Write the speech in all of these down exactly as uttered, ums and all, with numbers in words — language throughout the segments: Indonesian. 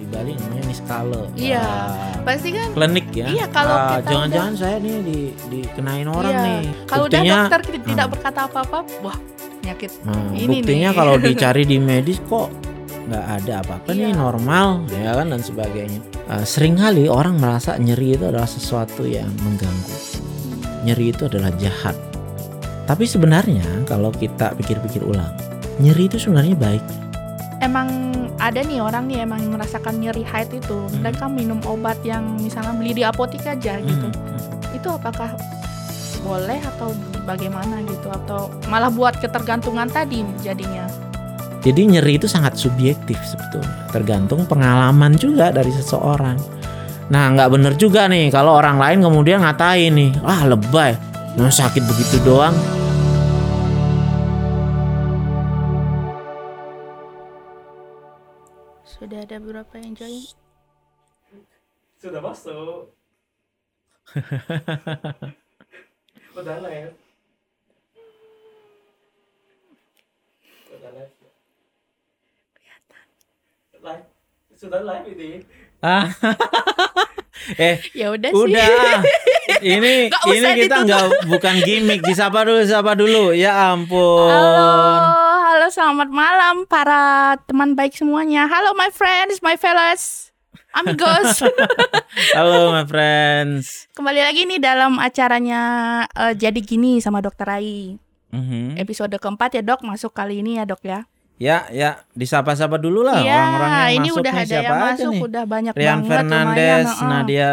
di Bali namanya Niskale. Iya, Wah, pasti kan. klinik ya. Iya, kalau Ah, kita jangan-jangan saya nih di dikenain orang Iya. nih. Kalau udah Buktinya- dokter kita tidak Hmm. berkata apa-apa, wah penyakit Nah, ini buktinya nih. kalau dicari di medis kok nggak ada apa-apa nih, Iya. normal ya kan, dan sebagainya. Uh, seringkali orang merasa nyeri itu adalah sesuatu yang mengganggu. Nyeri itu adalah jahat. Tapi sebenarnya kalau kita pikir-pikir ulang, nyeri itu sebenarnya baik. Emang ada nih orang nih emang merasakan nyeri haid itu, Hmm. mereka minum obat yang misalnya beli di apotek aja gitu. Hmm. Itu apakah boleh atau bagaimana gitu, atau malah buat ketergantungan tadi jadinya? Jadi nyeri itu sangat subjektif sebetulnya, tergantung pengalaman juga dari seseorang. Nah, nggak bener juga nih kalau orang lain kemudian ngatain nih, ah lebay, nah sakit begitu doang. Sudah ada beberapa yang join. Sudah masuk. Udah live. Udah live. Live. Sudah live ini. Ah, eh Ya udah sih. udah, ini Nggak ini usah kita ditutup. nggak bukan gimmick, disapa dulu, disapa dulu, ya ampun. Halo, halo selamat malam para teman baik semuanya. Halo my friends, my fellas, amigos. Halo my friends. Kembali lagi nih dalam acaranya eh, Jadi Gini sama Dokter Rai. Mhm. Episode keempat ya dok, masuk kali ini ya dok ya. Ya, ya, disapa-sapa dulu lah Iya, orang-orang yang ini masuk udah nih, ada siapa yang aja masuk, nih? udah banyak Rian banget Fernandes, lumayan. heeh. Nadia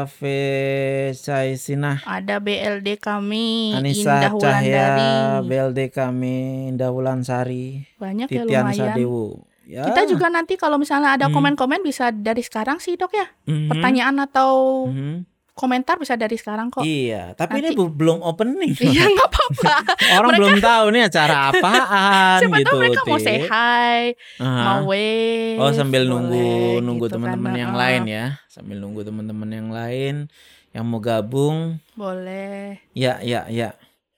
Vesaisinah, Ada B L D kami, Anissa Indah Cahya, Wulandari. B L D kami, Indah Wulansari, Banyak ya Titian lumayan. Sadewo. Ya. Kita juga nanti kalau misalnya ada Hmm. komen-komen bisa dari sekarang sih dok ya. Mhm. Pertanyaan atau Mhm. komentar bisa dari sekarang kok. Iya, tapi Nanti- ini bu- belum opening. Iya nggak apa-apa. Orang mereka- belum tahu nih acara apaan Siapa gitu. tahu mereka mau Ti. say hi, Aha. mau wave. Oh, sambil boleh nunggu nunggu gitu teman-teman kan. yang Heeh, lain ya. Sambil nunggu teman-teman yang lain yang mau gabung. Boleh. Ya, ya, ya.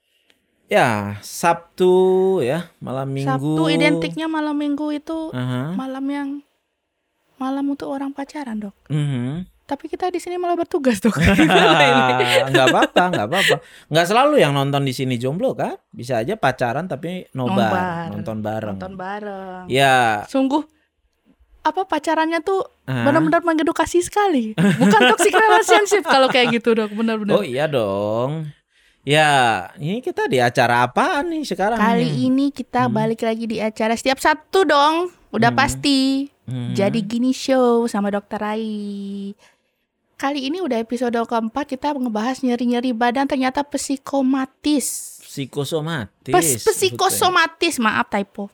Ya, Sabtu ya, malam Minggu. Sabtu identiknya malam Minggu itu Aha. malam yang malam untuk orang pacaran dok. Mhm. Tapi kita di sini malah bertugas dok. Nggak apa-apa, nggak apa-apa. Nggak selalu yang nonton di sini jomblo kan? Bisa aja pacaran tapi nobar, Nobar. nonton bareng. Nonton bareng. Ya. Sungguh apa pacarannya tuh Aha. benar-benar mengedukasi sekali. Bukan toxic relationship kalau kayak gitu dok, benar-benar. Oh iya dong. Ya, ini kita di acara apaan nih sekarang? Kali nih? ini kita Hmm. balik lagi di acara setiap Sabtu dong. Udah Hmm. pasti. Mhm. Jadi Gini show sama Dokter Rai. Kali ini udah episode keempat, kita ngebahas nyeri-nyeri badan ternyata psikomatis. psikosomatis. Pes- psikosomatis, maaf typo.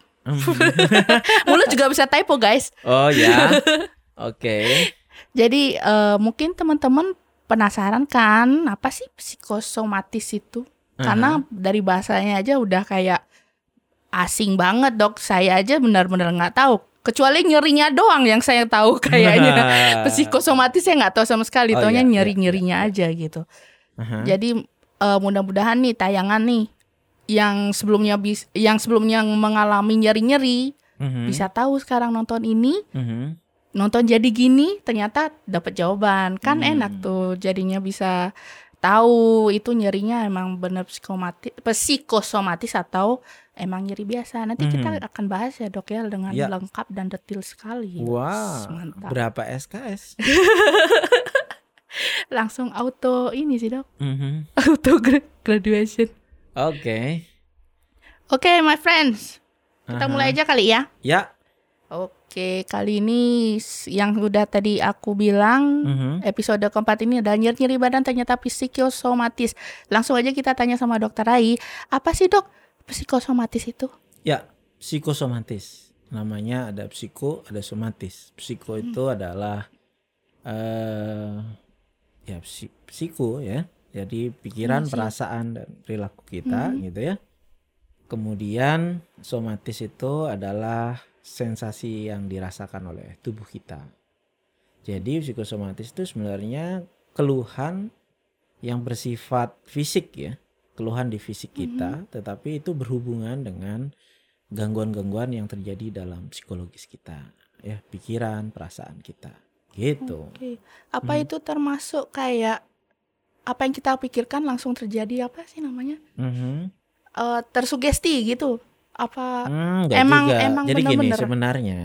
Mulut juga bisa typo guys. Oh ya. Oke. Jadi eh, mungkin teman-teman penasaran kan apa sih psikosomatis itu? Karena dari bahasanya aja udah kayak asing banget dok. Saya aja benar-benar nggak tahu. Kecuali nyerinya doang yang saya tahu kayaknya. Psikosomatis saya nggak tahu sama sekali. Oh, Taunya iya, nyeri-nyerinya iya, aja gitu. Aha. Jadi eh, mudah-mudahan nih tayangan nih yang sebelumnya bis, yang sebelumnya mengalami nyeri-nyeri Mhm. bisa tahu sekarang nonton ini, Mhm. nonton Jadi Gini ternyata dapat jawaban. Kan Hmm. enak tuh jadinya bisa tahu itu nyerinya emang bener psikomatis, psikosomatis atau emang nyeri biasa. Nanti kita Mhm. akan bahas ya dok ya dengan Ya. lengkap dan detail sekali. Wah, Mantap. berapa S K S? Langsung auto ini sih dok, Mhm. auto gra- graduation. Oke. Oke my friends, kita Aha. mulai aja kali ya. Ya. Oke, kali ini s- yang udah tadi aku bilang, Mhm. episode keempat ini adalah nyeri-nyeri badan ternyata psikosomatis. Langsung aja kita tanya sama Dokter Rai, apa sih dok psikosomatis itu? Ya, psikosomatis. Namanya ada psiko, ada somatis. Psiko itu adalah eh ya psi- psiko ya. Jadi pikiran, Emosi. perasaan dan perilaku kita Hmm. gitu ya. Kemudian somatis itu adalah sensasi yang dirasakan oleh tubuh kita. Jadi psikosomatis itu sebenarnya keluhan yang bersifat fisik ya, keluhan di fisik kita, tetapi itu berhubungan dengan gangguan-gangguan yang terjadi dalam psikologis kita. ya pikiran, perasaan kita. Gitu. Oke. Apa Mhm. itu termasuk kayak apa yang kita pikirkan langsung terjadi, apa sih namanya? Mhm. Eh, tersugesti gitu. Apa Hmm, enggak emang juga. emang Jadi gini, bener-bener? sebenarnya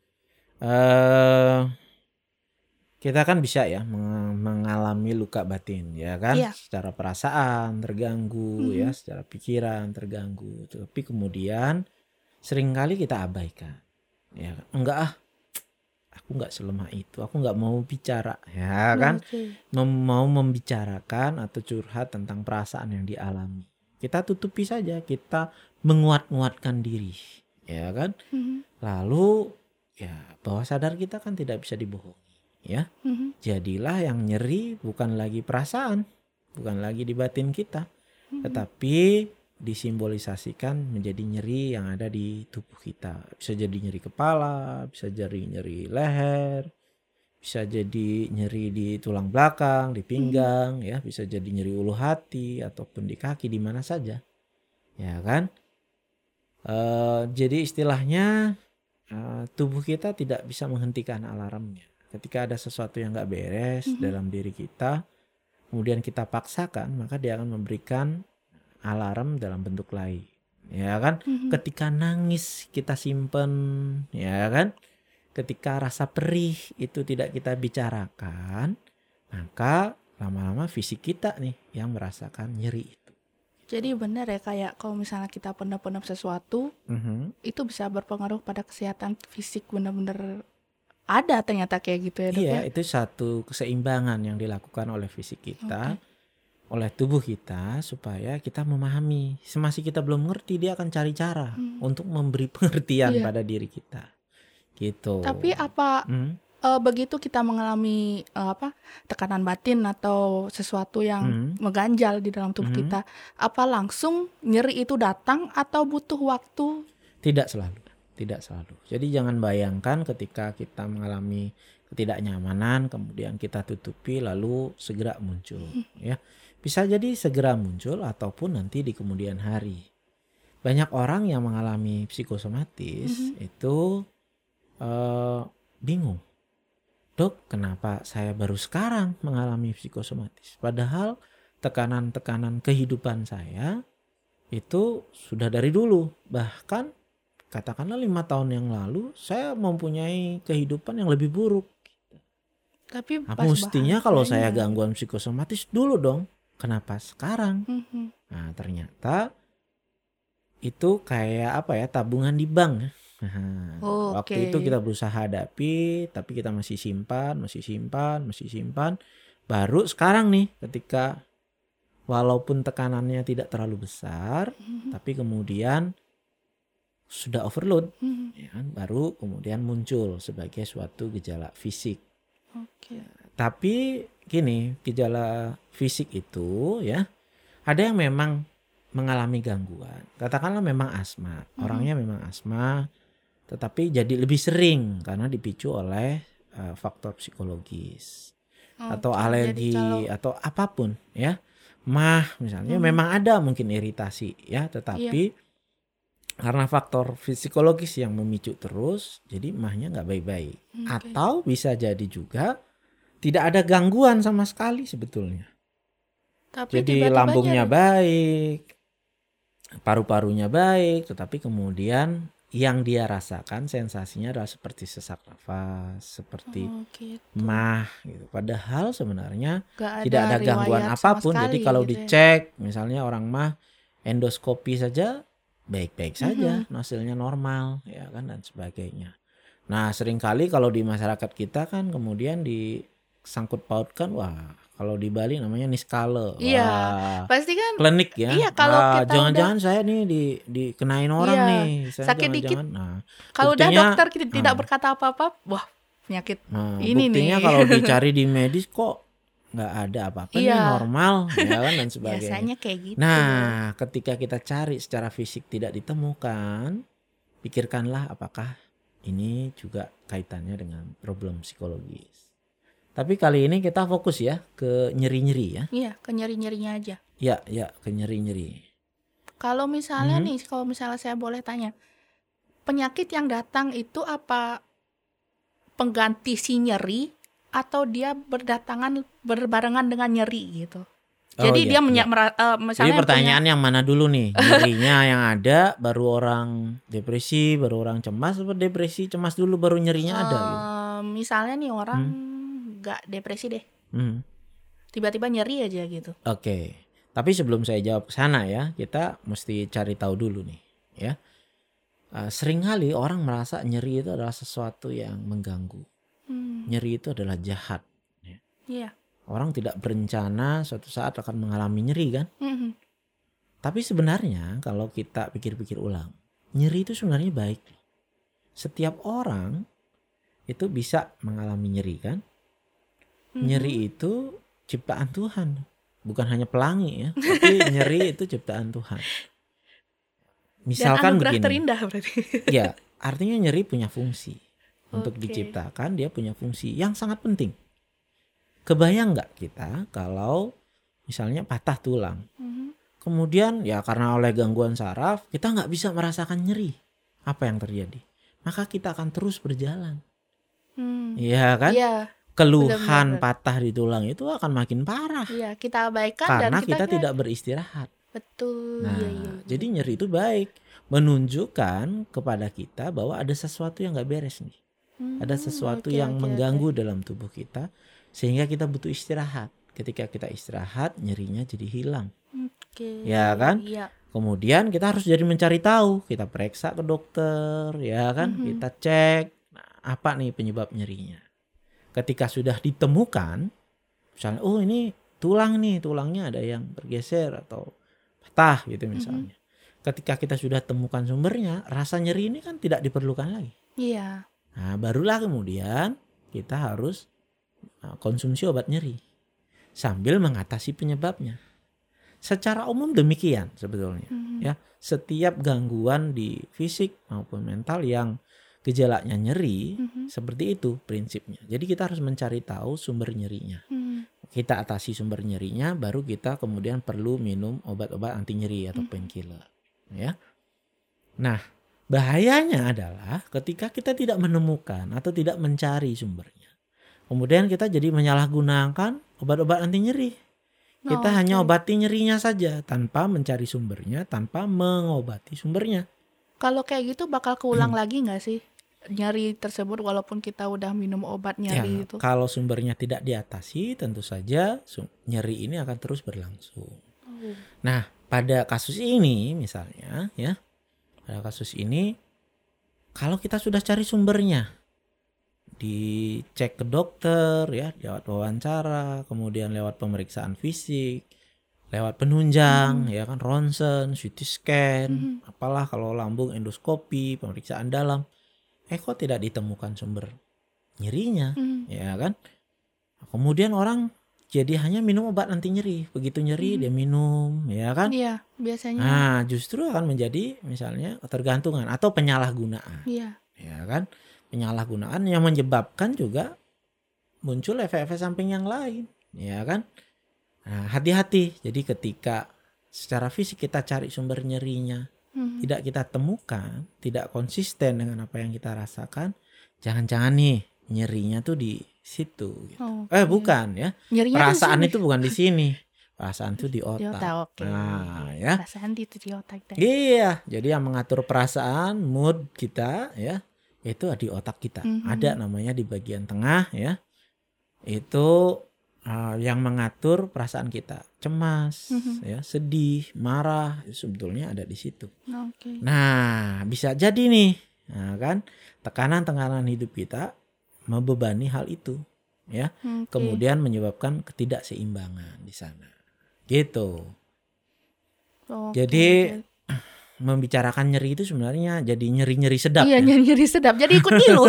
eh kita kan bisa ya meng- mengalami luka batin, ya kan? Iya. Secara perasaan terganggu, ya, Mhm. secara pikiran terganggu. Tapi kemudian seringkali kita abaikan. Ya, enggak ah, aku enggak selemah itu. Aku enggak mau bicara, ya kan? Oke. Mem- mau membicarakan atau curhat tentang perasaan yang dialami. Kita tutupi saja, kita menguat-nguatkan diri, ya kan? Mhm. Lalu ya bawah sadar kita kan tidak bisa dibohongi, ya. Mhm. Jadilah yang nyeri bukan lagi perasaan, bukan lagi di batin kita, Mhm. tetapi disimbolisasikan menjadi nyeri yang ada di tubuh kita. Bisa jadi nyeri kepala, bisa jadi nyeri leher, bisa jadi nyeri di tulang belakang, di pinggang, ya, bisa jadi nyeri ulu hati ataupun di kaki, di mana saja, ya kan? Eh, jadi istilahnya eh, tubuh kita tidak bisa menghentikan alarmnya. Ketika ada sesuatu yang nggak beres Mhm. dalam diri kita, kemudian kita paksakan, maka dia akan memberikan alarm dalam bentuk lain, ya kan? Mhm. Ketika nangis kita simpen, ya kan? Ketika rasa perih itu tidak kita bicarakan, maka lama-lama fisik kita nih yang merasakan nyeri itu. Jadi benar ya, kayak kalau misalnya kita pendam-pendam sesuatu, Mhm. itu bisa berpengaruh pada kesehatan fisik, benar-benar ada ternyata kayak gitu ya, Dok, Iya, ya? itu satu keseimbangan yang dilakukan oleh fisik kita, oleh tubuh kita, supaya kita memahami. Semasa kita belum ngerti, dia akan cari cara Hmm. untuk memberi pengertian Iya. pada diri kita. Gitu. Tapi apa Hmm. eh, begitu kita mengalami eh, apa tekanan batin atau sesuatu yang Hmm. mengganjal di dalam tubuh Mhm. kita, apa langsung nyeri itu datang atau butuh waktu? Tidak selalu, tidak selalu. Jadi jangan bayangkan ketika kita mengalami ketidaknyamanan, kemudian kita tutupi lalu segera muncul, ya. Bisa jadi segera muncul ataupun nanti di kemudian hari. Banyak orang yang mengalami psikosomatis Mhm. itu eh, bingung. Dok, kenapa saya baru sekarang mengalami psikosomatis? Padahal tekanan-tekanan kehidupan saya itu sudah dari dulu. Bahkan katakanlah lima tahun yang lalu saya mempunyai kehidupan yang lebih buruk. Tapi Nah, pas mestinya kalau saya bahasanya. gangguan psikosomatis dulu dong. Kenapa sekarang? Mhm. Nah, ternyata itu kayak apa ya, tabungan di bank ya. Nah, waktu itu Oke. kita berusaha hadapi, tapi kita masih simpan, masih simpan, masih simpan. Baru sekarang nih, ketika walaupun tekanannya tidak terlalu besar, Mhm. tapi kemudian sudah overload, Mhm. ya kan, baru kemudian muncul sebagai suatu gejala fisik. Oke. Tapi gini, gejala fisik itu ya, ada yang memang mengalami gangguan. Katakanlah memang asma, Mhm. orangnya memang asma, tetapi jadi lebih sering karena dipicu oleh uh, faktor psikologis atau Oke, jadi alergi kalau atau apapun ya. Mah misalnya Mhm. memang ada mungkin iritasi ya, Iya. tetapi karena faktor psikologis yang memicu terus, jadi mahnya nggak baik-baik. Oke. Atau bisa jadi juga tidak ada gangguan sama sekali sebetulnya. Tapi Jadi tiba-tiba lambungnya nyeri. baik, paru-parunya baik, tetapi kemudian yang dia rasakan sensasinya adalah seperti sesak nafas, seperti Oh, gitu. mah gitu. Padahal sebenarnya Gak tidak ada ada gangguan riwayat sama apapun. Jadi sekali kalau gitu ya. dicek misalnya orang mah endoskopi saja baik-baik saja, Mhm. hasilnya normal ya kan, dan sebagainya. Nah, seringkali kalau di masyarakat kita kan kemudian disangkut pautkan, wah kalau di Bali namanya niskale. Iya, Wah, pasti kan. klinik ya. Iya, kalau Ah, kita udah jangan-jangan saya nih di dikenain orang Iya, nih. Saya sakit dikit. jangan-jangan. Nah, Kalau udah buktinya dokter kita tidak ah, berkata apa-apa, wah penyakit nah, ini buktinya nih. kalau dicari di medis kok nggak ada apa-apa nih, Iya, normal ya kan, dan sebagainya. biasanya kayak gitu. Nah, ketika kita cari secara fisik tidak ditemukan, pikirkanlah apakah ini juga kaitannya dengan problem psikologis. Tapi kali ini kita fokus ya ke nyeri-nyeri ya. Iya, ke nyeri-nyerinya aja. Ya, ya, ke nyeri-nyeri. Kalau misalnya Mhm. nih, kalau misalnya saya boleh tanya, penyakit yang datang itu apa pengganti si nyeri atau dia berdatangan berbarengan dengan nyeri gitu. Oh, Jadi iya, dia menya, iya. mera- eh, Jadi misalnya pertanyaan yang mana dulu nih? Nyerinya yang ada baru orang depresi, baru orang cemas, atau depresi cemas dulu baru nyerinya punya, ada gitu. eh, misalnya nih orang nggak depresi deh, Hmm. tiba-tiba nyeri aja gitu. Oke. Tapi sebelum saya jawab ke sana ya, kita mesti cari tahu dulu nih, ya. Uh, seringkali orang merasa nyeri itu adalah sesuatu yang mengganggu. Hmm, Nyeri itu adalah jahat. iya. Orang tidak berencana suatu saat akan mengalami nyeri kan? Mhm. Tapi sebenarnya kalau kita pikir-pikir ulang, nyeri itu sebenarnya baik. Setiap orang itu bisa mengalami nyeri kan? Mhm. Nyeri itu ciptaan Tuhan, bukan hanya pelangi ya, tapi nyeri itu ciptaan Tuhan. Dan Misalkan anugerah begini, terindah berarti. ya artinya nyeri punya fungsi. Untuk Oke. diciptakan dia punya fungsi yang sangat penting. Kebayang nggak kita kalau misalnya patah tulang, Mhm. kemudian ya karena oleh gangguan saraf kita nggak bisa merasakan nyeri, apa yang terjadi? Maka kita akan terus berjalan, Hmm. iya kan? Iya, Keluhan benar-benar. patah di tulang itu akan makin parah iya kita abaikan dan karena kita, kita kayak- tidak beristirahat. betul. Nah, iya, iya, iya. jadi nyeri itu baik, menunjukkan kepada kita bahwa ada sesuatu yang nggak beres nih. Hmm, Ada sesuatu oke, yang oke, mengganggu oke. dalam tubuh kita sehingga kita butuh istirahat. Ketika kita istirahat, nyerinya jadi hilang. Oke. Ya kan? Iya. Kemudian kita harus jadi mencari tahu, kita periksa ke dokter, ya kan? Mhm. Kita cek nah, apa nih penyebab nyerinya. Ketika sudah ditemukan, misalnya oh ini tulang nih, tulangnya ada yang bergeser atau patah gitu misalnya. Ketika kita sudah temukan sumbernya, rasa nyeri ini kan tidak diperlukan lagi. Iya. Nah, barulah kemudian kita harus uh, konsumsi obat nyeri sambil mengatasi penyebabnya. Secara umum demikian sebetulnya. Mhm. Ya, setiap gangguan di fisik maupun mental yang gejalanya nyeri Mhm. seperti itu prinsipnya. Jadi kita harus mencari tahu sumber nyerinya. Hmm. Kita atasi sumber nyerinya, baru kita kemudian perlu minum obat-obat anti nyeri atau Mhm. painkiller. Ya. Nah, bahayanya adalah ketika kita tidak menemukan atau tidak mencari sumbernya. Kemudian kita jadi menyalahgunakan obat-obat anti nyeri. Kita Oh, hanya oke. obati nyerinya saja tanpa mencari sumbernya, tanpa mengobati sumbernya. Kalau kayak gitu bakal keulang Hmm. lagi nggak sih nyeri tersebut walaupun kita udah minum obat Ya, nyeri itu? kalau sumbernya tidak diatasi, tentu saja sum- nyeri ini akan terus berlangsung. Oh. Nah, pada kasus ini misalnya, ya, pada kasus ini, kalau kita sudah cari sumbernya, dicek ke dokter, ya, lewat wawancara, kemudian lewat pemeriksaan fisik, lewat penunjang, ya kan, ronsen, C T scan, Mhm. apalah kalau lambung endoskopi, pemeriksaan dalam, eh kok tidak ditemukan sumber nyerinya, Hmm. ya kan? Kemudian orang jadi hanya minum obat anti nyeri, begitu nyeri Mhm. dia minum, ya kan? Iya, biasanya. Nah, justru akan menjadi misalnya ketergantungan atau penyalahgunaan, Iya. ya kan? Penyalahgunaan yang menyebabkan juga muncul efek-efek samping yang lain, ya kan? Nah, hati-hati. Jadi ketika secara fisik kita cari sumber nyerinya, Mhm. tidak kita temukan, tidak konsisten dengan apa yang kita rasakan, jangan-jangan nih nyerinya tuh di situ. Gitu. Oh, Eh oke. bukan ya, Nyerinya tuh perasaan di itu bukan di sini, perasaan itu di Di otak. otak, oke. Nah, ya. Perasaan di di otak deh. Iya, jadi yang mengatur perasaan, mood kita ya, itu di otak kita. Mhm. Ada namanya di bagian tengah ya. Itu uh, yang mengatur perasaan kita. Cemas, Mhm. ya, sedih, marah, itu sebetulnya ada di situ. Oke. Nah, bisa jadi nih, nah, kan, tekanan-tekanan hidup kita membebani hal itu, ya. Oke. Kemudian menyebabkan ketidakseimbangan di sana. Gitu. Oke, Jadi oke. membicarakan nyeri itu sebenarnya jadi nyeri-nyeri sedap. Iya, ya. nyeri-nyeri sedap. Jadi ikut ngilu.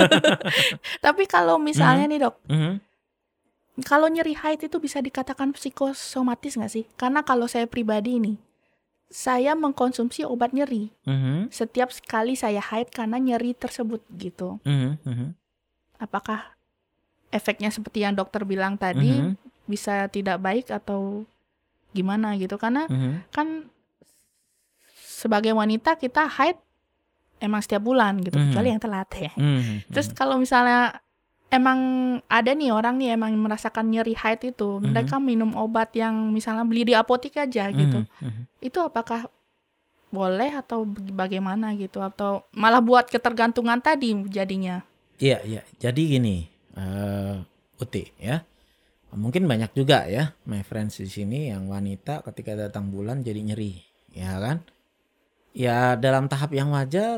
Tapi kalau misalnya nih dok, Mhm. kalau nyeri haid itu bisa dikatakan psikosomatis nggak sih? Karena kalau saya pribadi nih, saya mengkonsumsi obat nyeri Mhm. setiap kali saya haid karena nyeri tersebut gitu. Mhm. Mhm. Apakah efeknya seperti yang dokter bilang tadi Mhm. bisa tidak baik atau gimana gitu? Karena Mhm. kan sebagai wanita kita haid emang setiap bulan gitu, Mhm. kecuali yang telat ya. Mhm. Terus kalau misalnya emang ada nih orang nih emang merasakan nyeri haid itu, Mhm. mereka minum obat yang misalnya beli di apotek aja gitu. Mhm, mhm. Itu apakah boleh atau bag- bagaimana gitu, atau malah buat ketergantungan tadi jadinya? Iya, iya. Jadi gini, eh Uti ya. Mungkin banyak juga ya my friends di sini yang wanita ketika datang bulan jadi nyeri, ya kan? Ya dalam tahap yang wajar,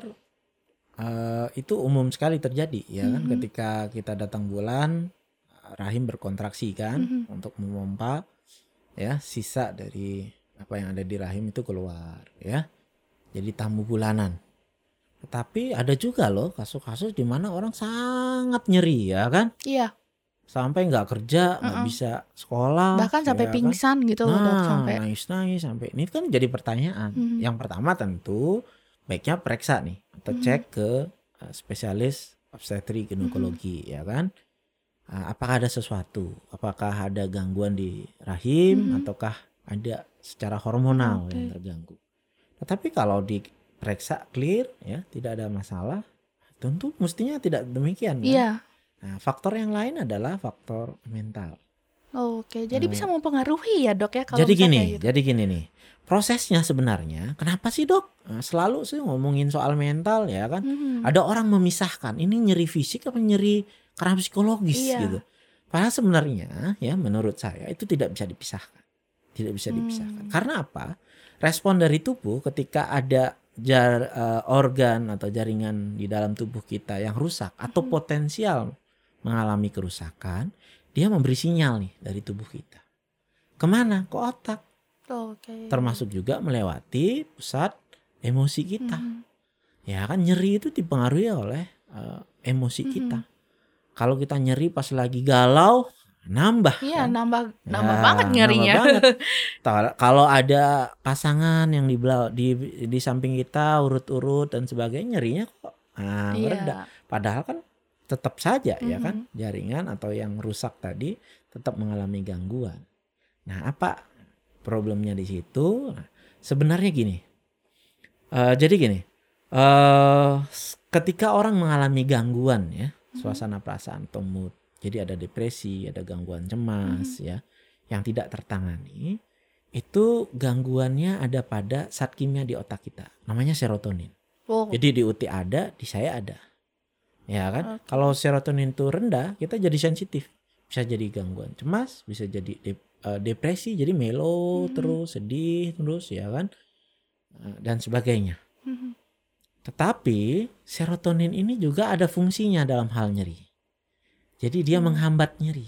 eh, itu umum sekali terjadi, ya kan? Mhm. Ketika kita datang bulan, rahim berkontraksi kan Mhm. untuk memompa ya sisa dari apa yang ada di rahim itu keluar, ya. Jadi tamu bulanan. Tetapi ada juga loh kasus-kasus di mana orang sangat nyeri, ya kan? Iya, Sampai nggak kerja, nggak heeh. bisa sekolah, Bahkan sampai ya kan? pingsan gitu loh dok, Nah, sampai. nangis-nangis sampai ini kan jadi pertanyaan. Mhm. Yang pertama tentu baiknya periksa nih atau Mhm. cek ke uh, spesialis obstetri ginekologi, ya kan? Uh, apakah ada sesuatu? Apakah ada gangguan di rahim Mhm. ataukah ada secara hormonal Oke. yang terganggu? Tetapi kalau diperiksa clear ya, tidak ada masalah, tentu mestinya tidak demikian kan? Iya. Nah, faktor yang lain adalah faktor mental. Oke, jadi Eh, bisa mempengaruhi ya dok ya kalau Jadi misalnya gini, kayak gitu. jadi gini nih. Prosesnya sebenarnya, kenapa sih dok? Nah, selalu sih ngomongin soal mental ya kan. Mhm. Ada orang memisahkan, ini nyeri fisik apa nyeri karena psikologis Iya. gitu. Padahal sebenarnya ya menurut saya itu tidak bisa dipisahkan. Tidak bisa dipisahkan. Hmm. Karena apa? Respon dari tubuh ketika ada jar, eh, organ atau jaringan di dalam tubuh kita yang rusak atau Mhm. potensial mengalami kerusakan, dia memberi sinyal nih dari tubuh kita. Kemana? Ke otak. Oke. Termasuk juga melewati pusat emosi kita. Mhm. Ya kan nyeri itu dipengaruhi oleh uh, emosi Mhm. kita. Kalau kita nyeri pas lagi galau, nambah Iya, kan. nambah nambah Ya, banget nyerinya. nambah banget. Ta- Kalau ada pasangan yang di, bela- di di samping kita urut-urut dan sebagainya, nyerinya kok ah, mereda. Iya. Padahal kan tetap saja ya Mhm. kan jaringan atau yang rusak tadi tetap mengalami gangguan. Nah, apa problemnya di situ? Nah, sebenarnya gini. Eh, jadi gini. eh ketika orang mengalami gangguan ya, suasana perasaan atau mood. Jadi ada depresi, ada gangguan cemas ya yang tidak tertangani. Itu gangguannya ada pada zat kimia di otak kita. Namanya serotonin. Oh. Jadi di Uti ada, di saya ada. Ya kan? Oke. Kalau serotonin itu rendah, kita jadi sensitif. Bisa jadi gangguan cemas, bisa jadi dep- eh, depresi, jadi melo Mhm. terus, sedih terus ya kan? Eh, dan sebagainya. Mhm. Tetapi serotonin ini juga ada fungsinya dalam hal nyeri. Jadi dia Hmm. menghambat nyeri.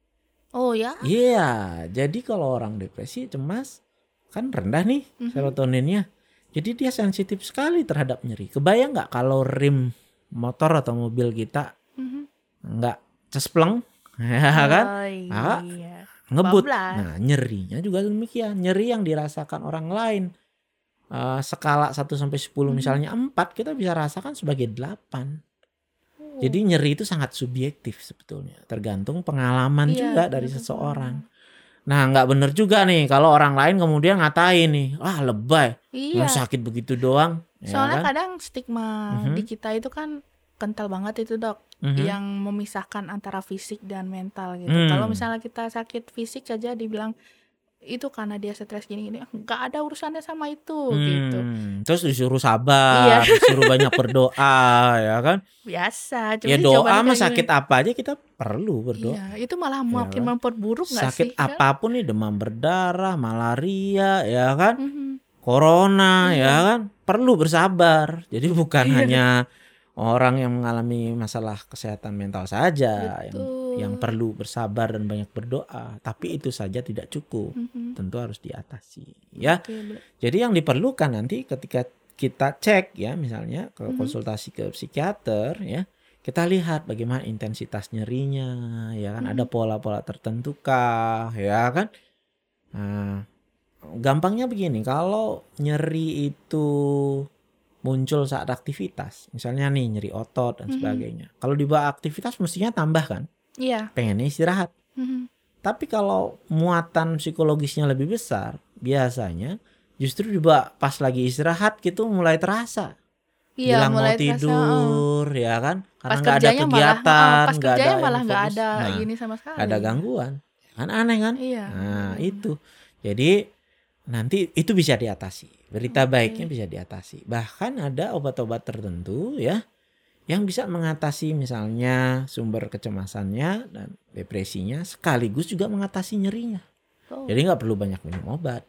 Oh ya? Iya, jadi kalau orang depresi, cemas, kan rendah nih Mhm. serotoninnya. Jadi dia sensitif sekali terhadap nyeri. Kebayang nggak kalau rim motor atau mobil kita Mhm. nggak cespleng, ya kan? Oh Ah, iya. ngebut. Bablas. Nah, nyerinya juga demikian. Nyeri yang dirasakan orang lain eh, skala satu sampai sepuluh Mhm. misalnya empat, kita bisa rasakan sebagai delapan. Oh. Jadi nyeri itu sangat subjektif sebetulnya, tergantung pengalaman Iya, juga dari tergantung seseorang. Nah, nggak bener juga nih kalau orang lain kemudian ngatain nih, wah lebay, Iya. yang sakit begitu doang, ya Soalnya kan? kadang stigma Mhm. di kita itu kan kental banget itu dok, Mhm. yang memisahkan antara fisik dan mental gitu. Hmm. Kalau misalnya kita sakit fisik saja dibilang itu karena dia stres gini-gini, nggak ada urusannya sama itu gitu. Hmm, terus disuruh sabar, Iya. disuruh banyak berdoa, ya kan? Biasa. Cuma Ya ini doa jawabannya mah kayak gini. sakit apa aja kita perlu berdoa. Iya, itu malah Ya makin kan? memperburuk nggak Sakit sih? Kan? apapun nih, demam berdarah, malaria, ya kan? Mhm. Corona, Iya. ya kan? Perlu bersabar. Jadi bukan Iya. hanya orang yang mengalami masalah kesehatan mental saja yang Betul. yang perlu bersabar dan banyak berdoa, tapi itu saja tidak cukup. Mhm. Tentu harus diatasi, ya. Oke, bener. Jadi yang diperlukan nanti ketika kita cek ya, misalnya ke Mhm. konsultasi ke psikiater ya, kita lihat bagaimana intensitas nyerinya, ya kan? Ada Mhm. pola-pola tertentu kah, ya kan? Nah, gampangnya begini, kalau nyeri itu muncul saat aktivitas, misalnya nih nyeri otot dan Mhm. sebagainya. Kalau dibawa aktivitas mestinya tambah kan, Iya. pengennya istirahat. Mhm. Tapi kalau muatan psikologisnya lebih besar, biasanya justru dibawa pas lagi istirahat gitu mulai terasa. Iya, bilang mau mulai terasa, heeh. tidur, ya kan? Karena Pas nggak ada kerjanya malah, heeh, kegiatan, pas nggak ada kerjanya yang malah nggak fokus. ada Nah, gini sama nggak ada sekali. gangguan, kan aneh kan? Iya, Nah benar-benar. itu, jadi nanti itu bisa diatasi. Berita baiknya Oke. bisa diatasi. Bahkan ada obat-obat tertentu ya yang bisa mengatasi misalnya sumber kecemasannya dan depresinya, sekaligus juga mengatasi nyerinya. Oh, Jadi nggak perlu banyak minum obat.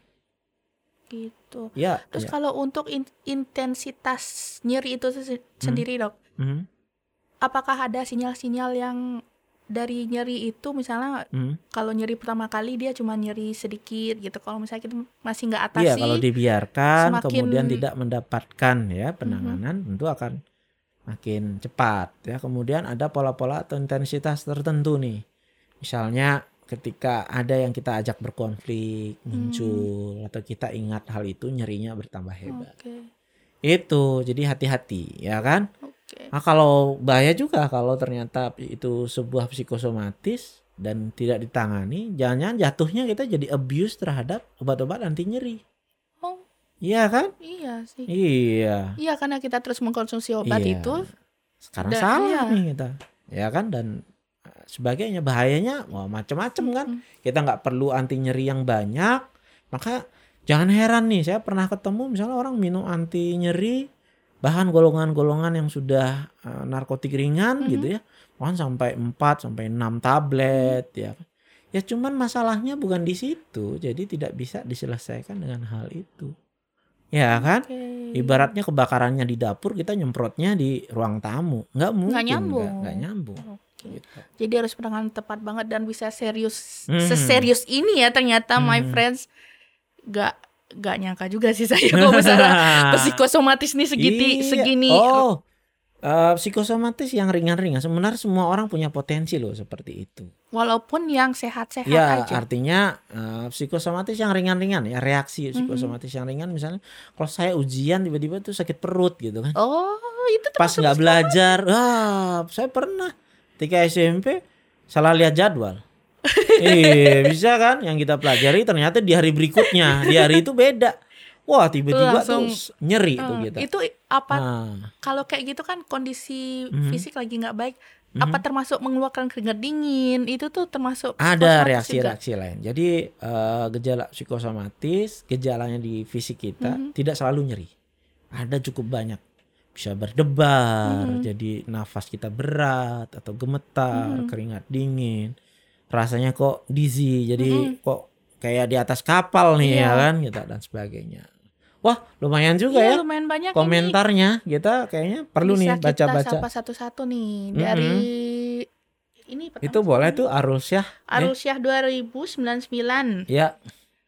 gitu. Ya, Terus ya. kalau untuk in- intensitas nyeri itu se- sendiri, Dok, Mhm, apakah ada sinyal-sinyal yang dari nyeri itu, misalnya mhm. kalau nyeri pertama kali dia cuma nyeri sedikit gitu, kalau misalnya kita masih nggak Iya, kalau atasi, dibiarkan semakin kemudian tidak mendapatkan ya Mhm. penanganan, tentu akan makin cepat ya. Kemudian ada pola-pola atau intensitas tertentu nih. Misalnya ketika ada yang kita ajak berkonflik Hmm, muncul atau kita ingat hal itu, nyerinya bertambah hebat. oke, Itu jadi hati-hati ya kan. oke. Nah, kalau bahaya juga kalau ternyata itu sebuah psikosomatis dan tidak ditangani, jangan-jangan jatuhnya kita jadi abuse terhadap obat-obat anti nyeri. Oh, Iya kan? iya sih. Iya. Iya, karena kita terus mengkonsumsi obat Iya. itu, Sekarang dan salah iya, nih kita. Ya kan, dan eh, sebagainya, bahayanya wah macam-macam kan. Mm-mm. Kita nggak perlu anti nyeri yang banyak. Maka jangan heran nih, saya pernah ketemu misalnya orang minum anti nyeri, bahkan golongan-golongan yang sudah eh, narkotik ringan Mhm. gitu ya, bahkan sampai empat sampai enam Mhm. tablet ya. Ya cuman masalahnya bukan di situ, jadi tidak bisa diselesaikan dengan hal itu. Ya kan? Oke, Ibaratnya kebakarannya di dapur, kita nyemprotnya di ruang tamu. Nggak nggak mungkin, nggak, nyambung. nggak nyambung. Oke, Gitu. jadi harus penanganan tepat banget dan bisa serius, Hmm. seserius ini ya ternyata, my Hmm. friends. Gak gak nyangka juga sih saya kalau misalnya psikosomatis nih segiti Iya. segini. Oh, eh, psikosomatis yang ringan-ringan. Sebenarnya semua orang punya potensi loh seperti itu. Walaupun yang sehat-sehat Ya, aja. artinya eh, psikosomatis yang ringan-ringan ya, reaksi Mhm. psikosomatis yang ringan, misalnya kalau saya ujian tiba-tiba tuh sakit perut gitu kan. Oh, itu Pas termasuk nggak psikosomatis. belajar, wah, saya pernah ketika S M P salah lihat jadwal. Iya, bisa kan? Yang kita pelajari ternyata di hari berikutnya, di hari itu beda. Wah, tiba-tiba Langsung, tuh s- nyeri tuh eh, kita. itu apa Nah, kalau kayak gitu kan kondisi mhm, fisik lagi nggak baik, apa mhm. termasuk mengeluarkan keringat dingin, itu tuh termasuk Ada psikosomatis juga. reaksi-reaksi lain. Jadi eh, gejala psikosomatis, gejalanya di fisik kita Mhm. tidak selalu nyeri. Ada cukup banyak. Bisa berdebar, Mhm. jadi nafas kita berat atau gemetar, Mhm. keringat dingin. Rasanya kok dizzy, jadi Mhm. kok kayak di atas kapal nih ya Iya, kan, gitu dan sebagainya. Wah, lumayan juga iya ya lumayan banyak ini. komentarnya. Kita kayaknya perlu Bisa nih kita baca-baca. sapa satu-satu nih dari Mm-mm. ini Itu pertama boleh siapa tuh nih? Arusyah. Eh, Arusyah dua ribu sembilan puluh sembilan. ya, Apa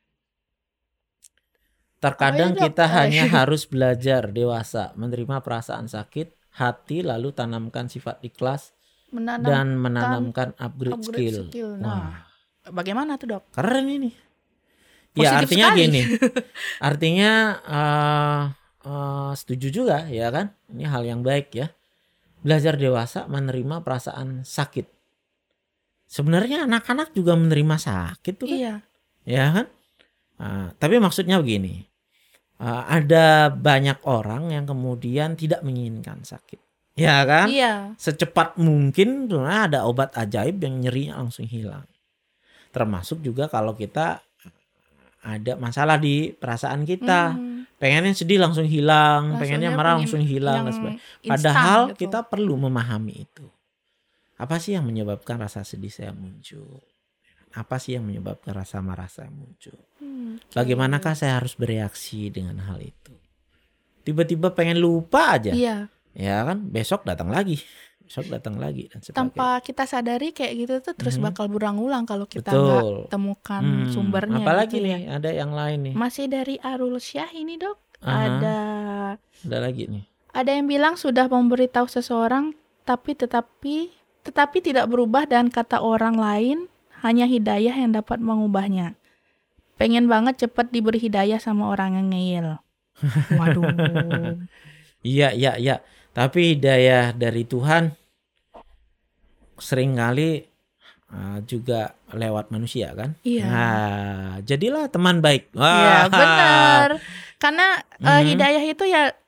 itu, terkadang Dok? kita Eh, hanya harus belajar dewasa, menerima perasaan sakit hati, lalu tanamkan sifat ikhlas menanamkan dan menanamkan upgrade upgrade skill. skill. Wah, Nah, bagaimana tuh, Dok? keren ini. Ya, Positif artinya sekali. gini. Artinya eh, eh, setuju juga ya kan? Ini hal yang baik ya. Belajar dewasa menerima perasaan sakit. Sebenarnya anak-anak juga menerima sakit tuh kan? Iya. Ya kan? Nah, tapi maksudnya begini. Eh, ada banyak orang yang kemudian tidak menginginkan sakit. Ya kan? Iya. Secepat mungkin sebenarnya ada obat ajaib yang nyerinya langsung hilang. Termasuk juga kalau kita ada masalah di perasaan kita, Hmm, pengennya sedih langsung hilang, pengennya langsungnya marah pengen langsung hilang dan yang sebagainya. instan Padahal gitu. kita perlu memahami itu. Apa sih yang menyebabkan rasa sedih saya muncul? Apa sih yang menyebabkan rasa marah saya muncul? Hmm, oke. Bagaimanakah saya harus bereaksi dengan hal itu? Tiba-tiba pengen lupa aja, Iya. ya kan? Besok datang lagi, besok datang lagi dan sebagainya. Tanpa kita sadari kayak gitu tuh terus Mhm. bakal berulang-ulang kalau kita nggak Betul. temukan Hmm, sumbernya apalagi gitu ya. nih? Ada yang lain nih. Masih dari Arusyah ini, Dok. Aha, Ada ada lagi nih. ada yang bilang sudah memberitahu seseorang tapi tetapi tetapi tidak berubah dan kata orang lain hanya hidayah yang dapat mengubahnya. Pengen banget cepet diberi hidayah sama orang yang ngeyel. Waduh. Iya, iya, iya. Tapi hidayah dari Tuhan seringkali uh, juga lewat manusia kan? Iya. Nah, jadilah teman baik. Iya, Wah. benar. Karena eh, Mhm. hidayah itu ya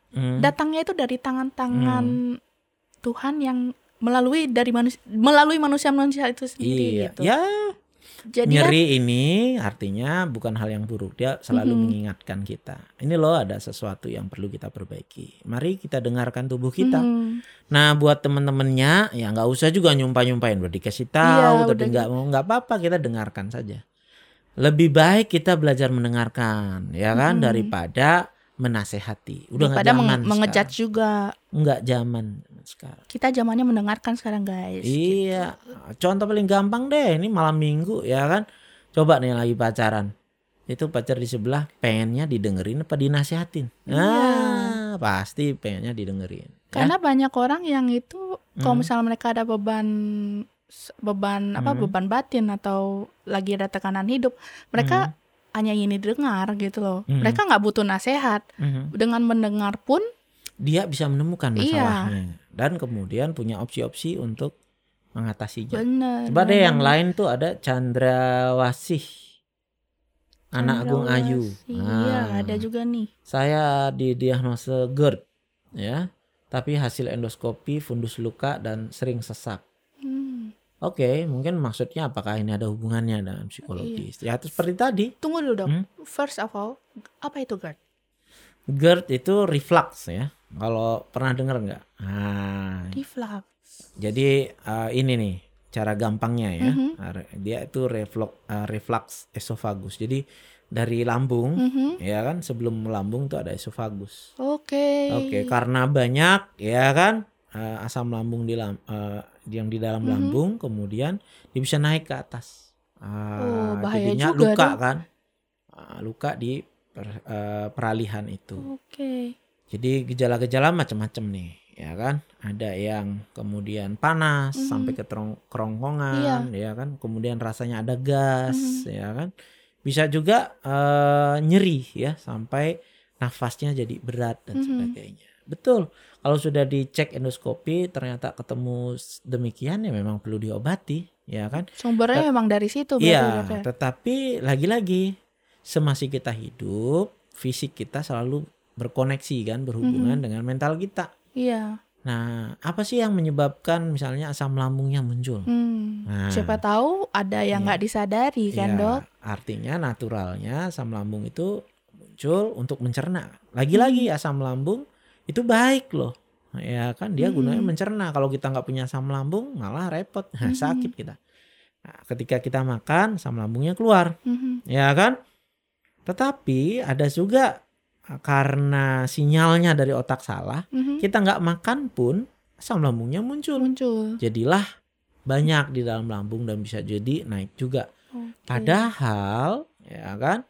Hmm. datangnya itu dari tangan-tangan Tuhan yang melalui dari manusia melalui manusia-manusia itu sendiri Iya, gitu. ya Jadi kan, nyeri ini artinya bukan hal yang buruk. Dia selalu Mhm. mengingatkan kita. Ini loh ada sesuatu yang perlu kita perbaiki. Mari kita dengarkan tubuh kita. mhm, Nah buat temen-temennya ya nggak usah juga nyumpah-nyumpahin. Udah dikasih tahu, Iya, tadi udah nggak mau nggak apa-apa kita dengarkan saja. Lebih baik kita belajar mendengarkan, ya kan, Mhm. daripada menasehati. Udah nggak daripada zaman menge- mengejudge sekarang. juga. Nggak zaman sekarang. Kita zamannya mendengarkan sekarang guys. Iya, contoh paling gampang deh. Ini malam minggu ya kan. Coba nih lagi pacaran. Itu pacar di sebelah pengennya didengerin apa dinasihatin? Nah, pasti pengennya didengerin. Ya. Karena banyak orang yang itu kalau Hmm. misalnya mereka ada beban beban apa Hmm. beban batin atau lagi ada tekanan hidup, mereka hanya ingin didengar gitu loh. Hmm. Mereka nggak butuh nasihat. Mhm. Dengan mendengar pun Dia bisa menemukan Iya. masalahnya dan kemudian punya opsi-opsi untuk mengatasinya. benar. Coba deh yang lain tuh ada Chandrawasih, anak Agung Ayu. Iya, Ah. ada juga nih. Saya didiagnose GERD ya, tapi hasil endoskopi fundus luka dan sering sesak. Hmm. Oke, mungkin maksudnya apakah ini ada hubungannya dengan psikologis? Ya itu seperti tadi. Tunggu dulu dok. Hmm? First of all, apa itu GERD? GERD itu reflux ya. Kalau pernah dengar nggak? Nah, Reflux. jadi uh, ini nih cara gampangnya ya. Mhm. Uh, Dia itu reflux, uh, reflux esofagus. Jadi dari lambung Mhm. ya kan, sebelum lambung tuh ada esofagus. Oke. Oke, karena banyak ya kan uh, asam lambung di lam, uh, yang di dalam Mhm. lambung, kemudian dia bisa naik ke atas. Oh, Uh, bahaya jadinya juga luka dong. kan, Uh, luka di per- uh, peralihan itu. Oke. Jadi gejala-gejala macam-macam nih, ya kan? Ada yang kemudian panas Mhm. sampai ke terong- kerongkongan, ya kan? Kemudian rasanya ada gas, Mhm. ya kan? Bisa juga uh, nyeri ya sampai nafasnya jadi berat dan Mhm. sebagainya. Betul. Kalau sudah dicek endoskopi ternyata ketemu s- demikian ya memang perlu diobati, ya kan? Sumbernya Tet- memang dari situ berarti Iya, dok ya? tetapi lagi-lagi semasih kita hidup, fisik kita selalu berkoneksi kan, berhubungan Mhm. dengan mental kita. Iya. Nah, apa sih yang menyebabkan misalnya asam lambungnya muncul? Hmm. Nah, Siapa tahu ada yang Iya. nggak disadari kan ya, dok? artinya naturalnya asam lambung itu muncul untuk mencerna. Lagi-lagi asam lambung itu baik loh. Ya kan dia gunanya Mhm. mencerna. Kalau kita nggak punya asam lambung malah repot, nah, Mhm. sakit kita. Nah, ketika kita makan asam lambungnya keluar, Mhm. ya kan? Tetapi ada juga uh, karena sinyalnya dari otak salah, Mhm. kita nggak makan pun asam lambungnya muncul. Muncul. Jadilah banyak di dalam lambung dan bisa jadi naik juga. Oke. Padahal ya kan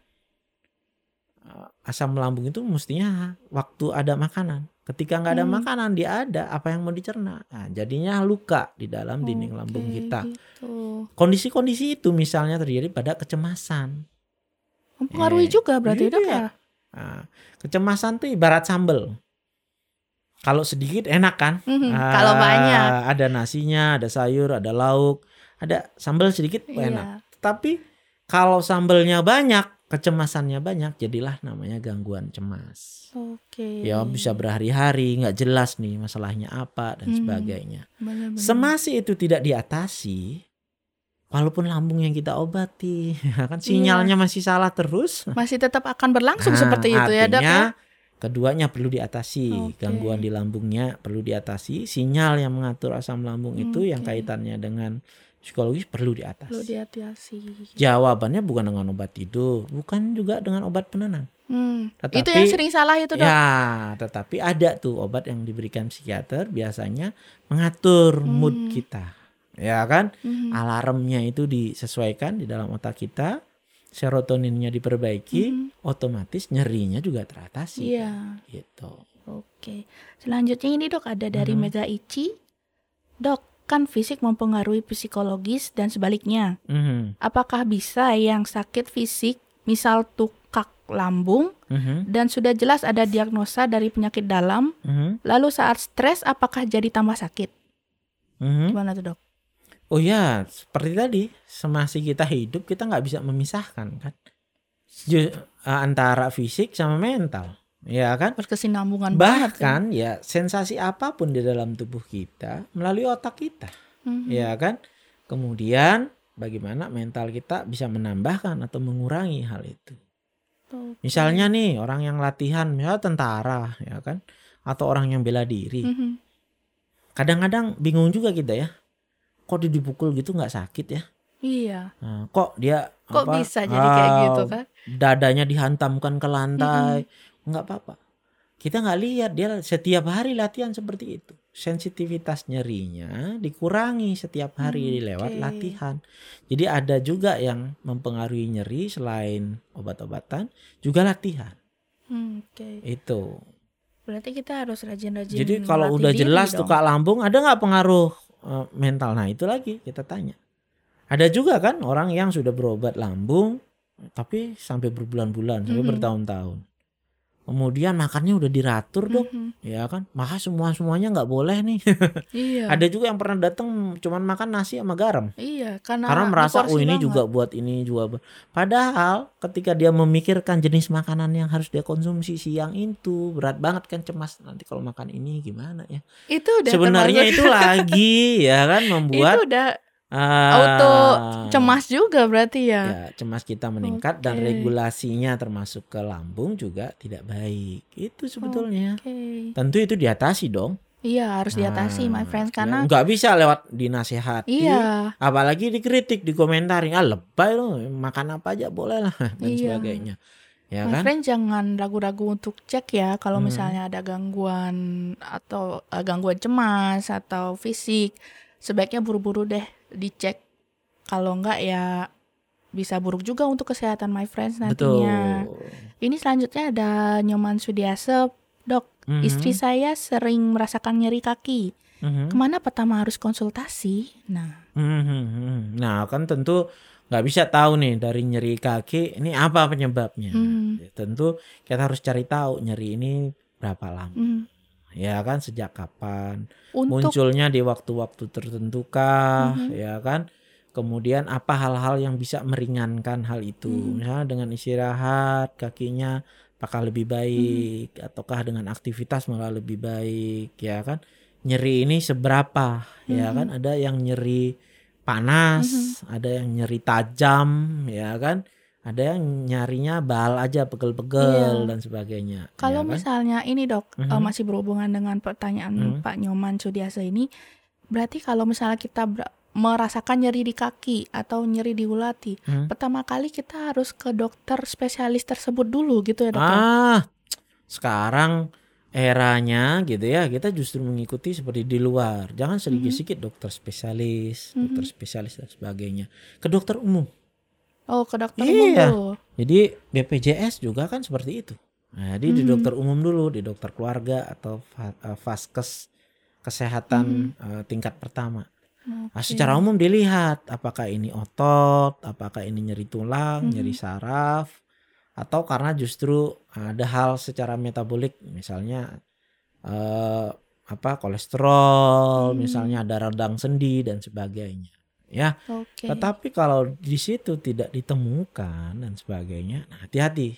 uh, asam lambung itu mestinya waktu ada makanan. Ketika nggak ada Hmm. makanan dia ada apa yang mau dicerna. Nah, jadinya luka di dalam dinding lambung Oke, kita. gitu. Kondisi-kondisi itu misalnya terjadi pada kecemasan. Mempengaruhi Eh, juga berarti dok iya. ya? Nah, kecemasan tuh ibarat sambel. Kalau sedikit enak kan? Mhm. Ah, Kalau banyak. Ada nasinya, ada sayur, ada lauk, ada sambal sedikit enak. Iya. Tapi kalau sambelnya banyak, kecemasannya banyak, jadilah namanya gangguan cemas. Oke. Ya bisa berhari-hari nggak jelas nih masalahnya apa dan Hmm. sebagainya. Benar-benar. Semasih itu tidak diatasi, walaupun lambung yang kita obati, ya kan Iya. sinyalnya masih salah terus. Masih tetap akan berlangsung Nah, seperti itu ya dok ya? artinya keduanya perlu diatasi. Oke. Gangguan di lambungnya perlu diatasi. Sinyal yang mengatur asam lambung itu yang Oke. kaitannya dengan psikologis perlu diatasi. Perlu diatasi. Jawabannya bukan dengan obat tidur, bukan juga dengan obat penenang. Hmm. Tetapi- Itu yang sering salah itu dok. Ya, tetapi ada tuh obat yang diberikan psikiater biasanya mengatur mood Hmm. kita. Ya kan? Mhm. Alarmnya itu disesuaikan di dalam otak kita, serotoninnya diperbaiki, Mhm. otomatis nyerinya juga teratasi. Iya. Gitu. Oke. Selanjutnya ini dok ada dari Mhm. Mega Ichi. Dok, kan fisik mempengaruhi psikologis dan sebaliknya. Mhm, Apakah bisa yang sakit fisik, misal tukak lambung, mhm, dan sudah jelas ada diagnosa dari penyakit dalam, mhm, lalu saat stres apakah jadi tambah sakit? mhm. Gimana tuh dok? Oh ya, seperti tadi, semasih kita hidup kita nggak bisa memisahkan kan, Ju- antara fisik sama mental. ya kan? Berkesinambungan banget kan. Bahkan ya sensasi apapun di dalam tubuh kita melalui otak kita, Mhm. ya kan? Kemudian bagaimana mental kita bisa menambahkan atau mengurangi hal itu. Oke. Misalnya nih orang yang latihan, misalnya tentara, ya kan? Atau orang yang bela diri. Mhm. Kadang-kadang bingung juga kita ya. Kok dia dipukul gitu nggak sakit ya? Iya. Nah, kok dia Kok apa? bisa jadi kayak gitu ah, kan? Dadanya dihantamkan ke lantai, nggak apa-apa. Kita nggak lihat dia setiap hari latihan seperti itu. Sensitivitas nyerinya dikurangi setiap hari Hmm, lewat oke. latihan. Jadi ada juga yang mempengaruhi nyeri selain obat-obatan, juga latihan. Hmm, Oke. Itu. Berarti kita harus rajin-rajin Jadi kalau melatih udah diri jelas dong. tuh Kak lambung, ada nggak pengaruh eh, mental? Nah itu lagi kita tanya. Ada juga kan orang yang sudah berobat lambung, tapi sampai berbulan-bulan, sampai Mhm. bertahun-tahun. Kemudian makannya udah diratur dok, Mhm. ya kan? Maka semua semuanya nggak boleh nih. Iya. Ada juga yang pernah datang cuman makan nasi sama garam, Iya, karena karena merasa diporsi oh ini banget. juga buat ini juga. Padahal ketika dia memikirkan jenis makanan yang harus dia konsumsi siang itu berat banget kan, cemas nanti kalau makan ini gimana ya. Itu udah Sebenarnya termasuk itu lagi ya kan itu membuat udah ah, auto cemas juga berarti ya. ya cemas kita meningkat dan Oke. regulasinya termasuk ke lambung juga tidak baik. Itu sebetulnya. Oke. Tentu itu diatasi dong. Iya, harus diatasi my Ah, friends ya, karena nggak bisa lewat dinasehati, iya. apalagi dikritik, dikomentarin, ah lebay lo, makan apa aja boleh lah dan Iya. sebagainya, ya My kan? friend jangan ragu-ragu untuk cek ya kalau Hmm. misalnya ada gangguan atau eh, gangguan cemas atau fisik, sebaiknya buru-buru deh dicek. Kalau enggak ya bisa buruk juga untuk kesehatan my friends nantinya. Betul. Ini selanjutnya ada Nyoman Sudiase, dok. Mhm. Istri saya sering merasakan nyeri kaki. Mhm. Kemana pertama harus konsultasi? Nah, Mhm. Nah kan tentu nggak bisa tahu nih dari nyeri kaki ini apa penyebabnya. hmm, Ya, tentu kita harus cari tahu nyeri ini berapa lama, hmm. ya kan, sejak kapan, Untuk munculnya di waktu-waktu tertentu kah, Mhm. ya kan. Kemudian apa hal-hal yang bisa meringankan hal itu, Mhm. misalnya dengan istirahat kakinya apakah lebih baik, ataukah dengan aktivitas malah lebih baik, ya kan. Nyeri ini seberapa, ya Mhm. kan. Ada yang nyeri panas, ada yang nyeri tajam, ya kan. Ada yang nyarinya bal aja, pegel-pegel Iya. dan sebagainya, kalau ya kan. misalnya ini dok, eh, Mhm. masih berhubungan dengan pertanyaan Mhm. Pak Nyoman Sudiase ini, berarti kalau misalnya kita ber- merasakan nyeri di kaki atau nyeri di ulati, Mhm. pertama kali kita harus ke dokter spesialis tersebut dulu gitu ya dok ya? Ah, sekarang eranya gitu ya, kita justru mengikuti seperti di luar. Jangan sedikit-sedikit dokter spesialis, dokter Mhm. spesialis dan sebagainya. Ke dokter umum. Oh, ke dokter umum Iya. dulu. Jadi B P J S juga kan seperti itu. Nah, jadi di Mhm. dokter umum dulu, di dokter keluarga atau fa- eh, vaskes kesehatan eh, tingkat pertama. Nah, Oke. secara umum dilihat apakah ini otot, apakah ini nyeri tulang, Mhm. nyeri saraf, atau karena justru ada hal secara metabolik, misalnya eh, apa kolesterol, Hmm. misalnya ada radang sendi dan sebagainya. Ya, Oke. tetapi kalau di situ tidak ditemukan dan sebagainya, nah hati-hati.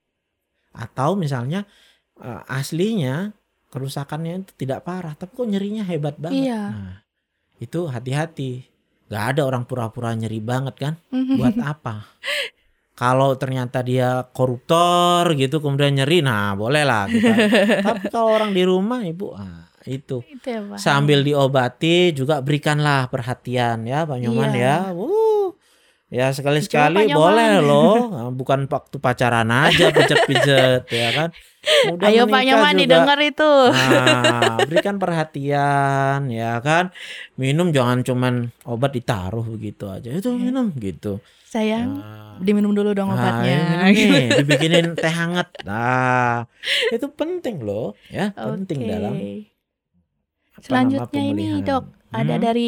Atau misalnya eh, aslinya kerusakannya itu tidak parah, tapi kok nyerinya hebat banget. Iya. Nah, itu hati-hati. Gak ada orang pura-pura nyeri banget kan? Buat apa? Kalau ternyata dia koruptor gitu kemudian nyeri, nah boleh lah kita. Tapi kalau orang di rumah ibu, ah, itu Itu ya Pak. sambil diobati juga berikanlah perhatian ya Pak Nyoman Iya. ya. Wuh, ya Coba sekali-sekali Pak Nyoman. boleh loh, Nah, bukan waktu pacaran aja pijet-pijet ya kan. Udah Ayo Pak menikah Nyoman juga. didengar itu. Nah, berikan perhatian ya kan. Minum jangan cuman obat ditaruh begitu aja. Itu minum gitu. Sayang, Nah, diminum dulu dong nah, obatnya. ini minum nih, dibikinin teh hangat. Nah, itu penting loh ya, penting Oke. dalam apa nama Selanjutnya ini pemulihan. dok, ada Hmm, dari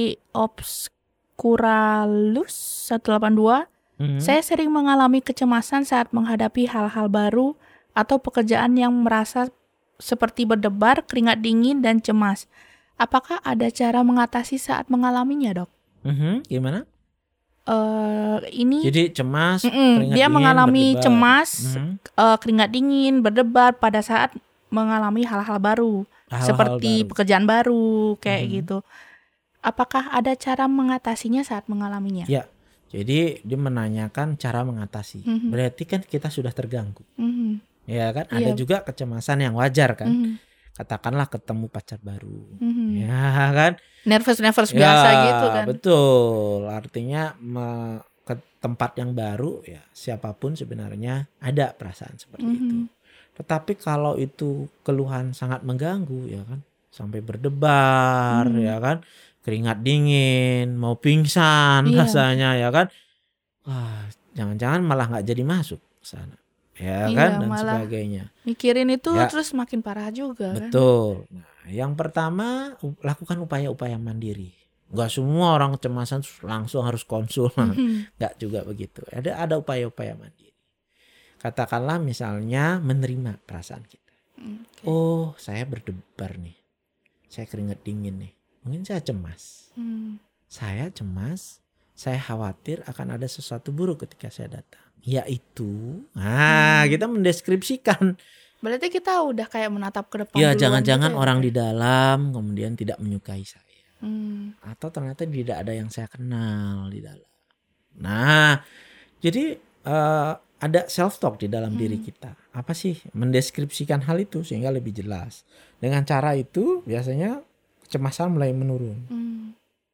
Obscuralus seratus delapan puluh dua. hmm. Saya sering mengalami kecemasan saat menghadapi hal-hal baru atau pekerjaan yang merasa seperti berdebar, keringat dingin, dan cemas. Apakah ada cara mengatasi saat mengalaminya, dok? Mhm, gimana? eh ini Jadi cemas, Mm-mm, keringat dia dingin, mengalami berdebar. cemas, Mhm. eh, keringat dingin, berdebar pada saat mengalami hal-hal baru, Hal-hal seperti baru. pekerjaan baru kayak Mhm. gitu. Apakah ada cara mengatasinya saat mengalaminya? Ya, jadi dia menanyakan cara mengatasi. Mhm. Berarti kan kita sudah terganggu, Mhm, ya kan? Ada Iya. juga kecemasan yang wajar kan? mhm, Katakanlah ketemu pacar baru, mhm. ya kan? Nervous-nervous Ya, biasa gitu kan? betul. Artinya me- ke tempat yang baru ya siapapun sebenarnya ada perasaan seperti itu. Mhm, Tetapi kalau itu keluhan sangat mengganggu ya kan, sampai berdebar Mhm. ya kan, keringat dingin, mau pingsan Iya. rasanya ya kan. Wah, jangan-jangan malah nggak jadi masuk ke sana. Ya kan, Iya, dan malah sebagainya. mikirin itu Ya. terus makin parah juga kan? Betul. Nah, yang pertama u- lakukan upaya-upaya mandiri. Nggak semua orang kecemasan terus langsung harus konsul, Mhm, nggak juga begitu. Ada ada upaya-upaya mandiri. Katakanlah misalnya menerima perasaan kita. oke. Oh, saya berdebar nih, saya keringat dingin nih. Mungkin saya cemas. Hmm, Saya cemas, saya khawatir akan ada sesuatu buruk ketika saya datang. Yaitu, nah Hmm. kita mendeskripsikan. Berarti kita udah kayak menatap ke depan Ya duluan jangan-jangan gitu ya, orang Dok, di ya? dalam kemudian tidak menyukai saya. Hmm, Atau ternyata tidak ada yang saya kenal di dalam. Nah, jadi eh, ada self talk di dalam Hmm. diri kita. Apa sih? Mendeskripsikan hal itu sehingga lebih jelas. Dengan cara itu biasanya kecemasan mulai menurun. hmm,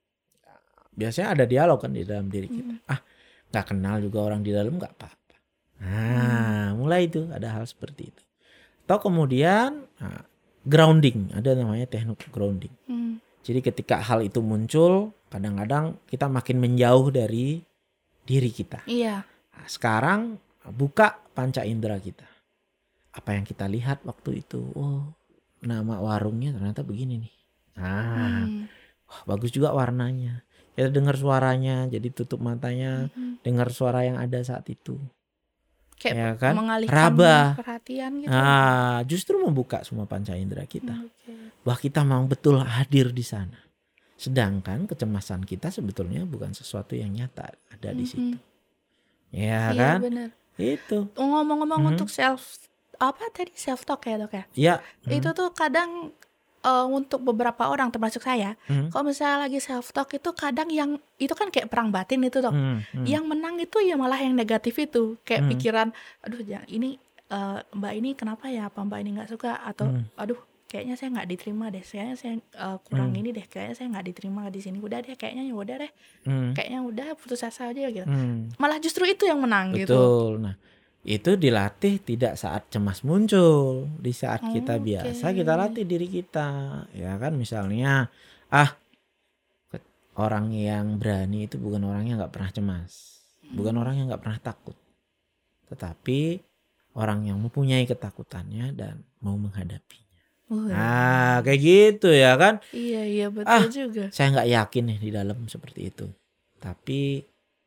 Biasanya ada dialog kan di dalam diri kita. hmm. Ah, nggak kenal juga orang di dalam nggak apa-apa. Nah, mulai itu ada hal seperti itu. Atau kemudian nah, grounding, ada namanya teknik grounding. Hmm. Jadi ketika hal itu muncul, kadang-kadang kita makin menjauh dari diri kita. Iya. Nah, sekarang buka panca indera kita. Apa yang kita lihat waktu itu? Oh, nama warungnya ternyata begini nih. Nah, Hmm. wah, bagus juga warnanya. Kita dengar suaranya, jadi tutup matanya, Mhm. dengar suara yang ada saat itu. Kayak Ya kan? mengalihkan Raba. perhatian gitu. Nah, justru membuka semua panca indera kita. Oke. Bahwa kita memang betul hadir di sana. Sedangkan kecemasan kita sebetulnya bukan sesuatu yang nyata ada di Mhm. situ. Ya Iya kan? benar. Itu. Ngomong-ngomong Mhm. untuk self apa tadi self talk ya, Dok ya? Ya. Itu tuh kadang eh, untuk beberapa orang termasuk saya, Mhm. kalau misalnya lagi self talk itu kadang yang itu kan kayak perang batin itu, Dok. Mhm. Mhm. Yang menang itu ya malah yang negatif itu, kayak Hmm. pikiran, aduh jangan ini eh, Mbak ini kenapa ya, apa Mbak ini nggak suka, atau Hmm. aduh kayaknya saya nggak diterima deh, kayaknya saya eh, kurang Hmm. ini deh, kayaknya saya nggak diterima di sini, udah deh kayaknya ya udah deh, Mhm. kayaknya udah putus asa aja gitu. Mhm. Malah justru itu yang menang gitu. Betul. Nah, itu dilatih tidak saat cemas muncul, di saat kita Oke. biasa kita latih diri kita, ya kan? Misalnya, ah, ke- orang yang berani itu bukan orang yang nggak pernah cemas, bukan orang yang nggak pernah takut, tetapi orang yang mempunyai ketakutannya dan mau menghadapinya. Wah, Nah, kayak gitu ya kan? iya iya betul Ah, juga. Saya nggak yakin nih di dalam seperti itu, tapi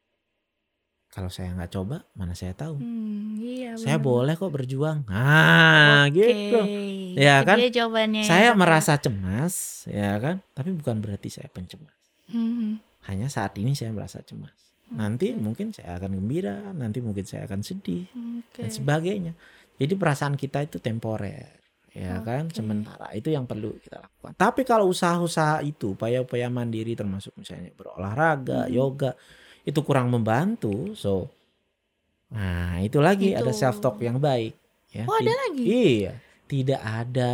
kalau saya nggak coba, mana saya tahu. Hmm, iya Saya benar. boleh kok berjuang. Nah, Oke, gitu. Ya itu kan? dia jawabannya ya, Saya Dok ya. merasa cemas, ya kan? Tapi bukan berarti saya pencemas. Hmm, Hanya saat ini saya merasa cemas. Nanti mungkin saya akan gembira, nanti mungkin saya akan sedih oke. dan sebagainya. Jadi perasaan kita itu temporer, ya kan? Oke. Sementara itu yang perlu kita lakukan. Tapi kalau usaha-usaha itu, upaya-upaya mandiri termasuk misalnya berolahraga, Mhm. yoga, itu kurang membantu, so nah itu lagi Itu. ada self talk yang baik, ya. Oh, ada Tid- lagi? Iya, tidak ada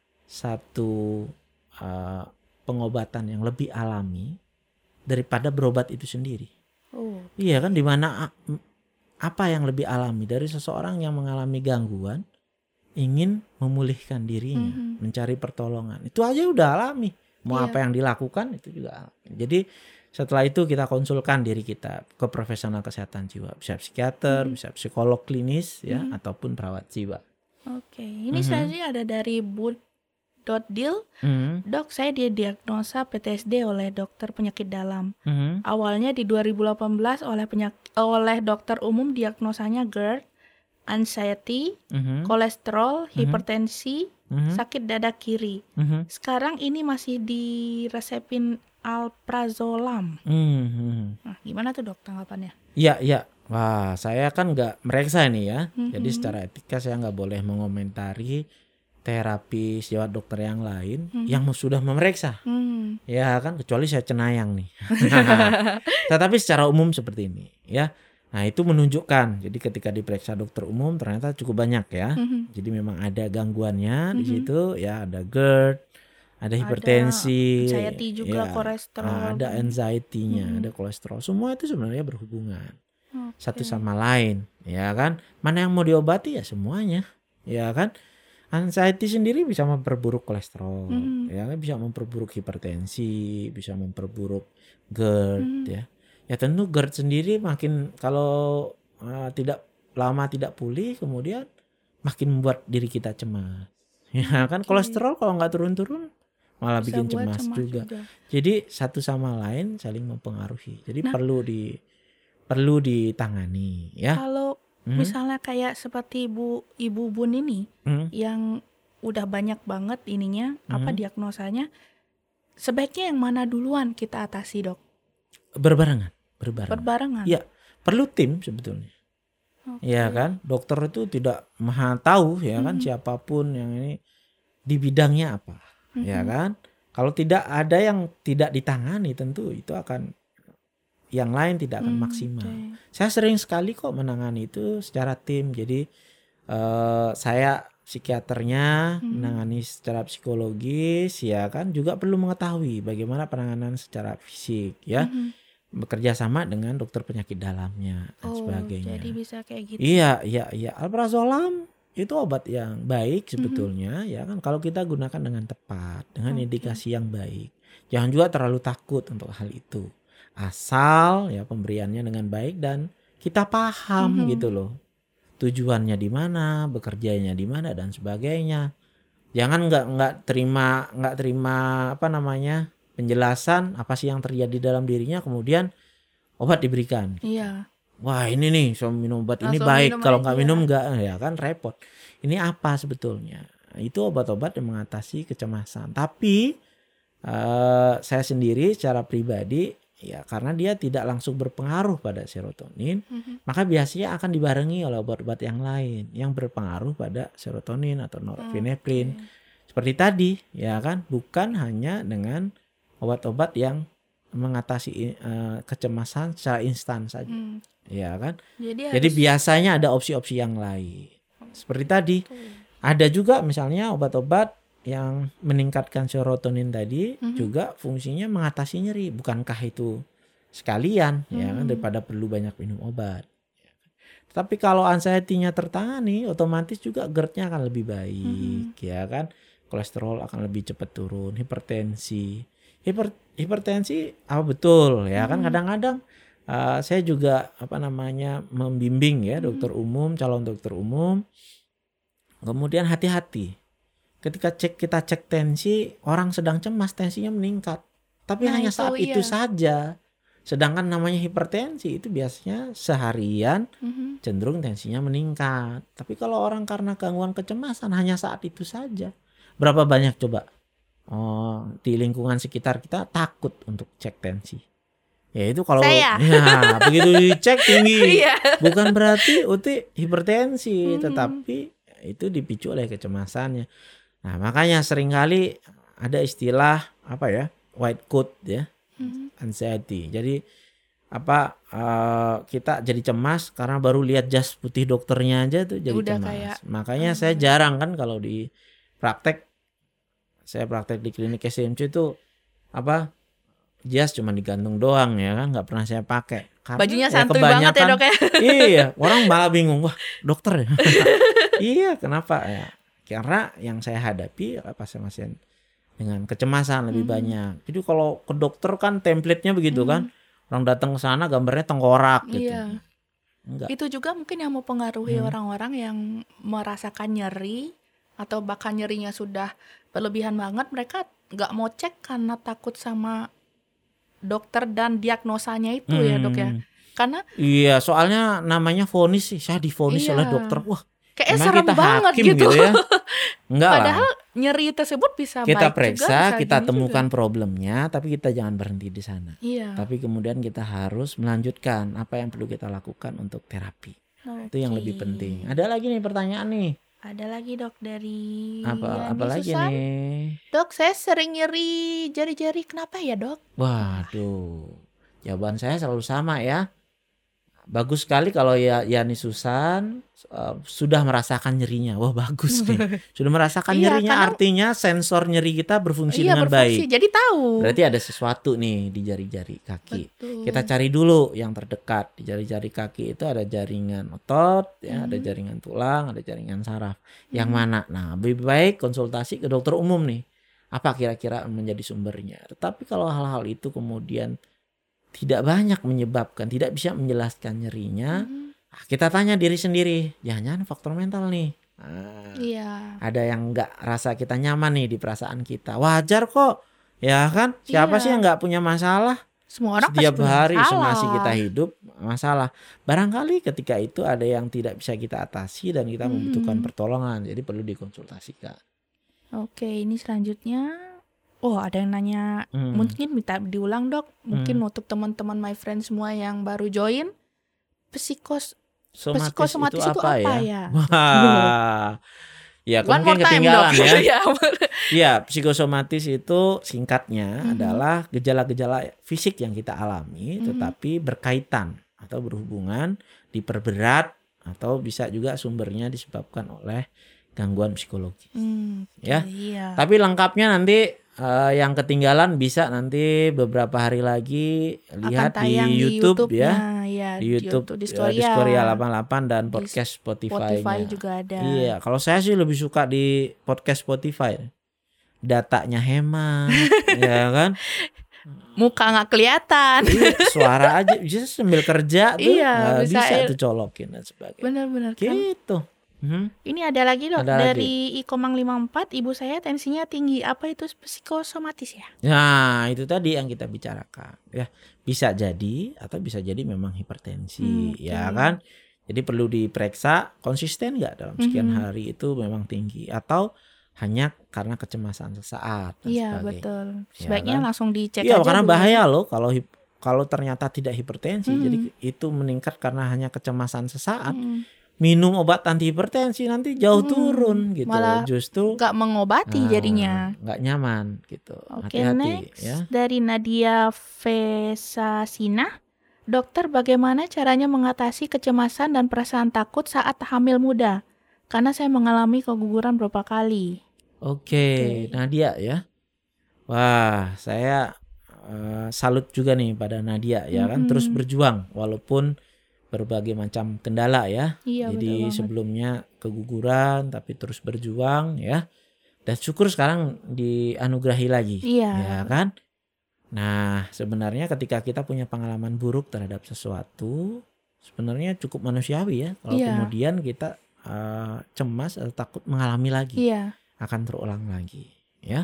satu uh, pengobatan yang lebih alami daripada berobat itu sendiri. Oh, Iya kan, dimana a- m- apa yang lebih alami dari seseorang yang mengalami gangguan ingin memulihkan dirinya, Mhm. mencari pertolongan, itu aja udah alami. Mau Iya. apa yang dilakukan itu juga alami. Jadi setelah itu kita konsulkan diri kita ke profesional kesehatan jiwa, bisa psikiater, Mhm. bisa psikolog klinis ya, Mhm. ataupun perawat jiwa. oke. Ini Mhm. selanjutnya ada dari Bud.Dil. Mhm, Dok, saya didiagnosa P T S D oleh dokter penyakit dalam. mhm, Awalnya di dua ribu delapan belas oleh penyak- oleh dokter umum diagnosanya GERD, anxiety, mhm, kolesterol, hipertensi, mhm, sakit dada kiri. mhm. Sekarang ini masih diresepin alprazolam. Hmm, hmm. Nah, gimana tuh dok tanggapannya? Iya, iya. Wah, saya kan nggak meriksa nih ya. Mhm. Jadi secara etika saya nggak boleh mengomentari terapi sejawat dokter yang lain Mhm. yang sudah memeriksa. Hmm. Ya kan, kecuali saya cenayang nih. Tetapi secara umum seperti ini ya. Nah itu menunjukkan, jadi ketika diperiksa dokter umum ternyata cukup banyak ya. Mhm. Jadi memang ada gangguannya di Mhm. situ ya, ada GERD, ada hipertensi, anxiety juga, ya, kolesterol. ada anxiety-nya, Mhm. ada kolesterol. Semua itu sebenarnya berhubungan Oke. satu sama lain, ya kan? Mana yang mau diobati ya semuanya, ya kan? Anxiety sendiri bisa memperburuk kolesterol, Mhm. ya kan? Bisa memperburuk hipertensi, bisa memperburuk GERD, Mhm. ya. Ya tentu GERD sendiri makin kalau uh, tidak lama tidak pulih, kemudian makin membuat diri kita cemas. Ya kan, Oke. kolesterol kalau nggak turun-turun malah Bisa bikin buat cemas, cemas juga. juga. Jadi satu sama lain saling mempengaruhi. Jadi Nah. perlu di perlu ditangani, ya. Kalau Hmm, misalnya kayak seperti ibu ibu Bun ini hmm, yang udah banyak banget ininya apa hmm. diagnosanya, sebaiknya yang mana duluan kita atasi dok? Berbarengan, berbarengan. Berbarengan. Iya, perlu tim sebetulnya. Oke. Ya kan, dokter itu tidak maha tahu ya kan, Mhm. siapapun yang ini di bidangnya apa, ya Mhm. kan. Kalau tidak ada yang tidak ditangani tentu itu akan yang lain tidak akan Hmm, maksimal. oke. Saya sering sekali kok menangani itu secara tim. Jadi eh, saya psikiaternya Mhm. menangani secara psikologis, ya kan, juga perlu mengetahui bagaimana penanganan secara fisik, ya. Mhm. Bekerja sama dengan dokter penyakit dalamnya dan Oh, sebagainya. jadi bisa kayak gitu. Iya, iya, iya. Alprazolam itu obat yang baik Mhm. sebetulnya, ya kan, kalau kita gunakan dengan tepat, dengan Oke. indikasi yang baik. Jangan juga terlalu takut untuk hal itu. Asal ya pemberiannya dengan baik dan kita paham Mhm. gitu loh. Tujuannya di mana, bekerjanya di mana dan sebagainya. Jangan nggak nggak terima nggak terima apa namanya penjelasan apa sih yang terjadi dalam dirinya, kemudian obat diberikan. Iya. Wah ini nih, so minum obat ini Langsung baik, minum kalau nggak aja. minum nggak, ya kan repot. Ini apa sebetulnya? Itu obat-obat yang mengatasi kecemasan. Tapi eh, saya sendiri secara pribadi ya karena dia tidak langsung berpengaruh pada serotonin, Mhm. maka biasanya akan dibarengi oleh obat-obat yang lain yang berpengaruh pada serotonin atau norepinefrin. Oke. Seperti tadi, ya kan, bukan hanya dengan obat-obat yang mengatasi eh, kecemasan secara instan saja, Hmm. ya kan. Jadi, Jadi harus biasanya ada opsi-opsi yang lain. Seperti tadi, tuh. ada juga misalnya obat-obat yang meningkatkan serotonin tadi Mhm. juga fungsinya mengatasi nyeri. Bukankah itu sekalian, ya kan, Hmm. daripada perlu banyak minum obat. Tapi kalau anxiety-nya tertangani, otomatis juga GERD-nya akan lebih baik, ya kan. Kolesterol akan lebih cepat turun, hipertensi. Hiper, hipertensi apa betul, ya kan. Mhm. Kadang-kadang uh, saya juga apa namanya membimbing ya Mhm. dokter umum, calon dokter umum. Kemudian hati-hati. Ketika cek kita cek tensi, orang sedang cemas, tensinya meningkat. Tapi Nah, hanya itu saat iya. itu saja. Sedangkan namanya hipertensi itu biasanya seharian Mhm. cenderung tensinya meningkat. Tapi kalau orang karena gangguan kecemasan hanya saat itu saja. Berapa banyak coba oh, di lingkungan sekitar kita takut untuk cek tensi. Ya itu kalau Saya. ya, begitu dicek tinggi. Iya. Bukan berarti uti hipertensi, Mhm. tetapi itu dipicu oleh kecemasannya. Nah, makanya seringkali ada istilah apa ya? White coat ya, Mhm. anxiety. Jadi apa eh, kita jadi cemas karena baru lihat jas putih dokternya aja tuh jadi Udah cemas. kayak, Makanya ah. saya jarang kan kalau di praktek, saya praktek di klinik S M C itu apa jas cuma digantung doang ya kan, nggak pernah saya pakai. Karena Bajunya ya santuy banget ya, Dok, ya. Iya, orang malah bingung, wah dokter ya. Iya, kenapa ya? Karena yang saya hadapi pasien-pasien dengan kecemasan lebih Mhm. banyak. Jadi kalau ke dokter kan template-nya begitu Mhm. kan. Orang datang ke sana gambarnya tengkorak gitu. Iya. Enggak. Itu juga mungkin yang mempengaruhi Hmm. orang-orang yang merasakan nyeri atau bahkan nyerinya sudah berlebihan banget, mereka nggak mau cek karena takut sama dokter dan diagnosanya itu ya, Dok ya. Hmm. Karena Iya, soalnya namanya vonis sih. Saya divonis Iya. oleh dokter. Wah, kayak emang serem kita banget hakim gitu. gitu ya? Enggak lah. Padahal nyeri tersebut bisa Kita baik periksa, juga, bisa kita gini temukan juga. problemnya, tapi kita jangan berhenti di sana. Iya. Tapi kemudian kita harus melanjutkan apa yang perlu kita lakukan untuk terapi. Itu yang lebih Oke. penting. Ada lagi nih pertanyaan nih. Ada lagi dok dari Apa apa Yani lagi Susan. nih? Dok, saya sering nyeri jari-jari. Kenapa ya dok? Waduh. Jawaban saya selalu sama ya. Bagus sekali kalau ya Yani Susan uh, sudah merasakan nyerinya. Wah, bagus nih. Sudah merasakan Iya, nyerinya, karena- artinya sensor nyeri kita berfungsi Iya dengan berfungsi, baik. jadi tahu. Berarti ada sesuatu nih di jari-jari kaki. Betul. Kita cari dulu yang terdekat. Di jari-jari kaki itu ada jaringan otot, ya, ada Mhm. jaringan tulang, ada jaringan saraf. Yang Mhm. mana? Nah, lebih baik konsultasi ke dokter umum nih. Apa kira-kira menjadi sumbernya? Tetapi kalau hal-hal itu kemudian tidak banyak menyebabkan, tidak bisa menjelaskan nyerinya, Mhm. ah, kita tanya diri sendiri, jangan-jangan faktor mental nih. Nah, Iya. ada yang nggak rasa kita nyaman nih di perasaan kita. Wajar kok, ya kan? Siapa Iya. sih yang nggak punya masalah? Semua orang Setiap pasti punya hari masalah. semasa kita hidup masalah. Barangkali ketika itu ada yang tidak bisa kita atasi dan kita Hmm. membutuhkan pertolongan. Jadi perlu dikonsultasikan. Oke, ini selanjutnya. Oh, ada yang nanya. Hmm. Mungkin minta diulang dok. Mungkin untuk teman-teman my friend semua yang baru join. Psikos Somatis, Psikosomatis itu itu apa, apa ya? ya? Wah. Ya, One mungkin more time ketinggalan dok. ya. Ya. Ya, psikosomatis itu singkatnya Mhm. adalah gejala-gejala fisik yang kita alami Mhm. tetapi berkaitan atau berhubungan, diperberat atau bisa juga sumbernya disebabkan oleh gangguan psikologis. Hmm, Ya. Iya. Tapi lengkapnya nanti eh, yang ketinggalan bisa nanti beberapa hari lagi lihat Akan di tayang YouTube, ya. ya. Di YouTube, di ya, Storia. Diskoria delapan puluh delapan dan Di podcast Spotify-nya. Spotify juga ada. Iya, kalau saya sih lebih suka di podcast Spotify. Datanya hemat, ya kan? Muka nggak kelihatan. Iya, suara aja bisa sambil kerja tuh, Iya, nggak bisa bisa ya. tuh colokin dan sebagainya. Benar-benar kan. Gitu. Mhm. Ini ada lagi dok Ada dari I Komang lima puluh empat. Ibu saya tensinya tinggi. Apa itu psikosomatis ya? Nah, itu tadi yang kita bicarakan, ya. Bisa jadi atau bisa jadi memang hipertensi, Hmm, oke. ya kan? Jadi perlu diperiksa konsisten nggak dalam sekian Mhm. hari itu memang tinggi atau hanya karena kecemasan sesaat dan Iya sebagainya. betul. Ya Sebaiknya kan? langsung dicek Iya, aja karena dulu. bahaya loh kalau hip- kalau ternyata tidak hipertensi, Hmm. jadi itu meningkat karena hanya kecemasan sesaat. Mm. Minum obat anti hipertensi nanti jauh Hmm, turun gitu. malah Justru Nggak mengobati ah, jadinya. nggak nyaman gitu. Oke, Hati-hati next ya. dari Nadia Vesasina. Dokter, bagaimana caranya mengatasi kecemasan dan perasaan takut saat hamil muda? Karena saya mengalami keguguran beberapa kali. Oke, Oke. Nadia ya. Wah, saya eh, salut juga nih pada Nadia ya kan, terus Mhm. berjuang walaupun berbagai macam kendala ya. Iya, betul Jadi banget. sebelumnya keguguran tapi terus berjuang ya. Dan syukur sekarang dianugerahi lagi. Iya. Ya kan? Nah, sebenarnya ketika kita punya pengalaman buruk terhadap sesuatu, sebenarnya cukup manusiawi ya kalau Iya. kemudian kita eh, cemas atau takut mengalami lagi, Iya. akan terulang lagi ya.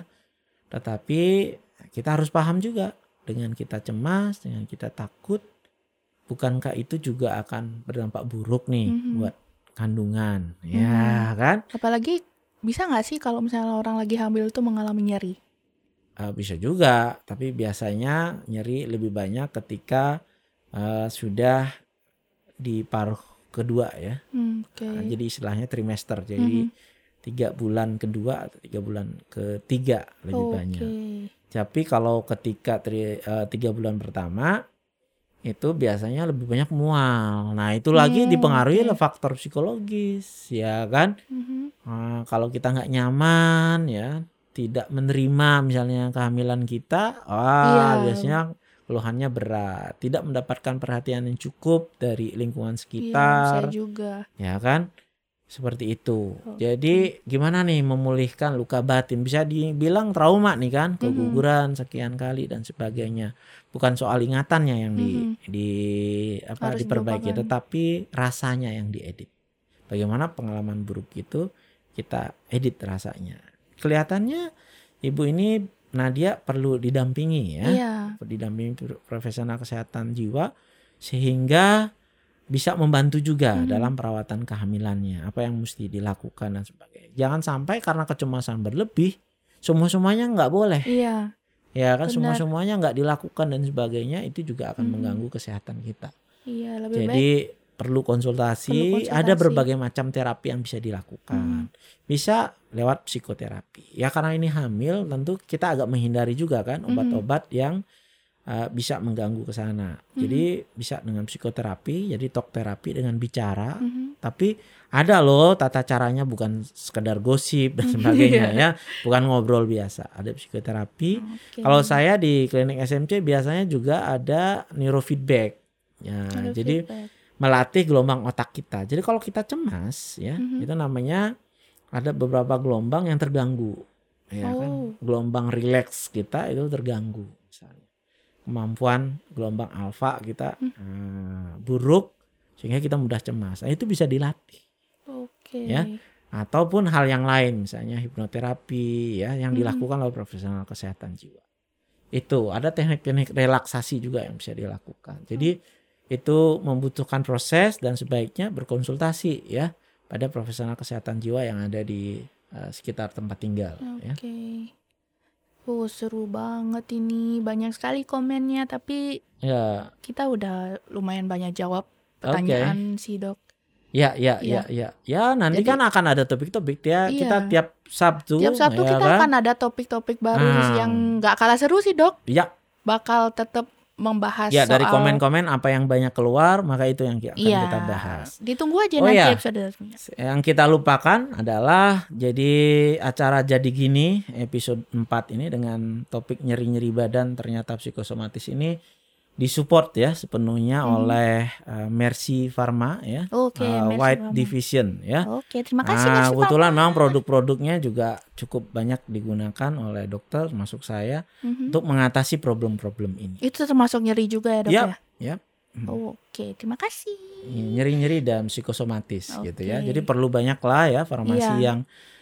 Tetapi kita harus paham juga, dengan kita cemas, dengan kita takut, bukankah itu juga akan berdampak buruk nih Mhm. buat kandungan, ya kan? Apalagi bisa nggak sih kalau misalnya orang lagi hamil tuh mengalami nyeri? Eh, bisa juga, tapi biasanya nyeri lebih banyak ketika eh, sudah di paruh kedua ya. Hmm, Oke. Nah, jadi istilahnya trimester, jadi Mhm. tiga bulan kedua atau tiga bulan ketiga lebih Oke. banyak. Tapi kalau ketika tri, eh, tiga bulan pertama itu biasanya lebih banyak mual. Nah itu lagi Hmm, dipengaruhi oke. oleh faktor psikologis, ya kan? Mhm. Nah, kalau kita nggak nyaman ya, tidak menerima misalnya kehamilan kita, wah Iya. biasanya keluhannya berat, tidak mendapatkan perhatian yang cukup dari lingkungan Iya, sekitar, saya juga. ya kan? Seperti itu. Oke. Jadi gimana nih memulihkan luka batin? Bisa dibilang trauma nih kan, Mhm. keguguran sekian kali dan sebagainya. Bukan soal ingatannya yang di, Mhm. di apa Harus diperbaiki, dilupakan. tetapi rasanya yang diedit. Bagaimana pengalaman buruk itu kita edit rasanya. Kelihatannya ibu ini Nadia perlu didampingi ya, Iya. didampingi profesional kesehatan jiwa sehingga bisa membantu juga Hmm. dalam perawatan kehamilannya, apa yang mesti dilakukan dan sebagainya. Jangan sampai karena kecemasan berlebih semua-semuanya nggak boleh. Iya. Ya kan, Benar. semua-semuanya nggak dilakukan dan sebagainya, itu juga akan Mhm. mengganggu kesehatan kita. Iya, lebih baik. Jadi perlu konsultasi, Perlu konsultasi. ada berbagai macam terapi yang bisa dilakukan. Hmm. Bisa lewat psikoterapi. Ya karena ini hamil, tentu kita agak menghindari juga kan Mhm. obat-obat yang uh, bisa mengganggu ke sana. Jadi bisa dengan psikoterapi, jadi talk terapi dengan bicara. Mhm. Tapi ada loh tata caranya, bukan sekedar gosip dan sebagainya ya, bukan ngobrol biasa. Ada psikoterapi. Oke. Kalau saya di klinik S M C biasanya juga ada neurofeedback. Ya, Ada jadi feedback. melatih gelombang otak kita. Jadi kalau kita cemas ya, Mhm. itu namanya ada beberapa gelombang yang terganggu. Ya kan? Oh. Gelombang rileks kita itu terganggu misalnya. Kemampuan gelombang alfa kita Hmm. eh, buruk sehingga kita mudah cemas. Nah, itu bisa dilatih. Oke. Ya. Ataupun hal yang lain, misalnya hipnoterapi ya, yang Mhm. dilakukan oleh profesional kesehatan jiwa. Itu ada teknik-teknik relaksasi juga yang bisa dilakukan. Jadi itu membutuhkan proses dan sebaiknya berkonsultasi ya pada profesional kesehatan jiwa yang ada di uh, sekitar tempat tinggal. Ya. Oke. Oh, seru banget ini. Banyak sekali komennya, tapi Ya, kita udah lumayan banyak jawab pertanyaan si Dok. ya, ya, Iya. ya, ya. Ya, nanti Jadi- kan akan ada topik-topik ya. Iya. Kita tiap Sabtu, Tiap Sabtu ya kita kan? akan ada topik-topik baru Ah. yang nggak kalah seru sih, Dok. Ya, Bakal tetap membahas ya dari soal- komen-komen apa yang banyak keluar, maka itu yang akan Iya. kita bahas. Ditunggu aja Oh, nanti iya. episode resminya. Yang kita lupakan adalah jadi acara Jadi Gini episode empat ini dengan topik nyeri-nyeri badan ternyata psikosomatis ini disupport ya sepenuhnya Hmm. oleh uh, Mercy Pharma ya, Oke, uh, Mercy White Pharma. Division ya. Oke, terima kasih Ah, Mercy kebetulan Pharma. memang produk-produknya juga cukup banyak digunakan oleh dokter termasuk saya Mhm. untuk mengatasi problem-problem ini. Itu termasuk nyeri juga ya, Dok Yap, ya? yap. Hmm. Oke, terima kasih. Nyeri-nyeri dan psikosomatis gitu ya. Oke. Jadi perlu banyak lah ya farmasi Iya. yang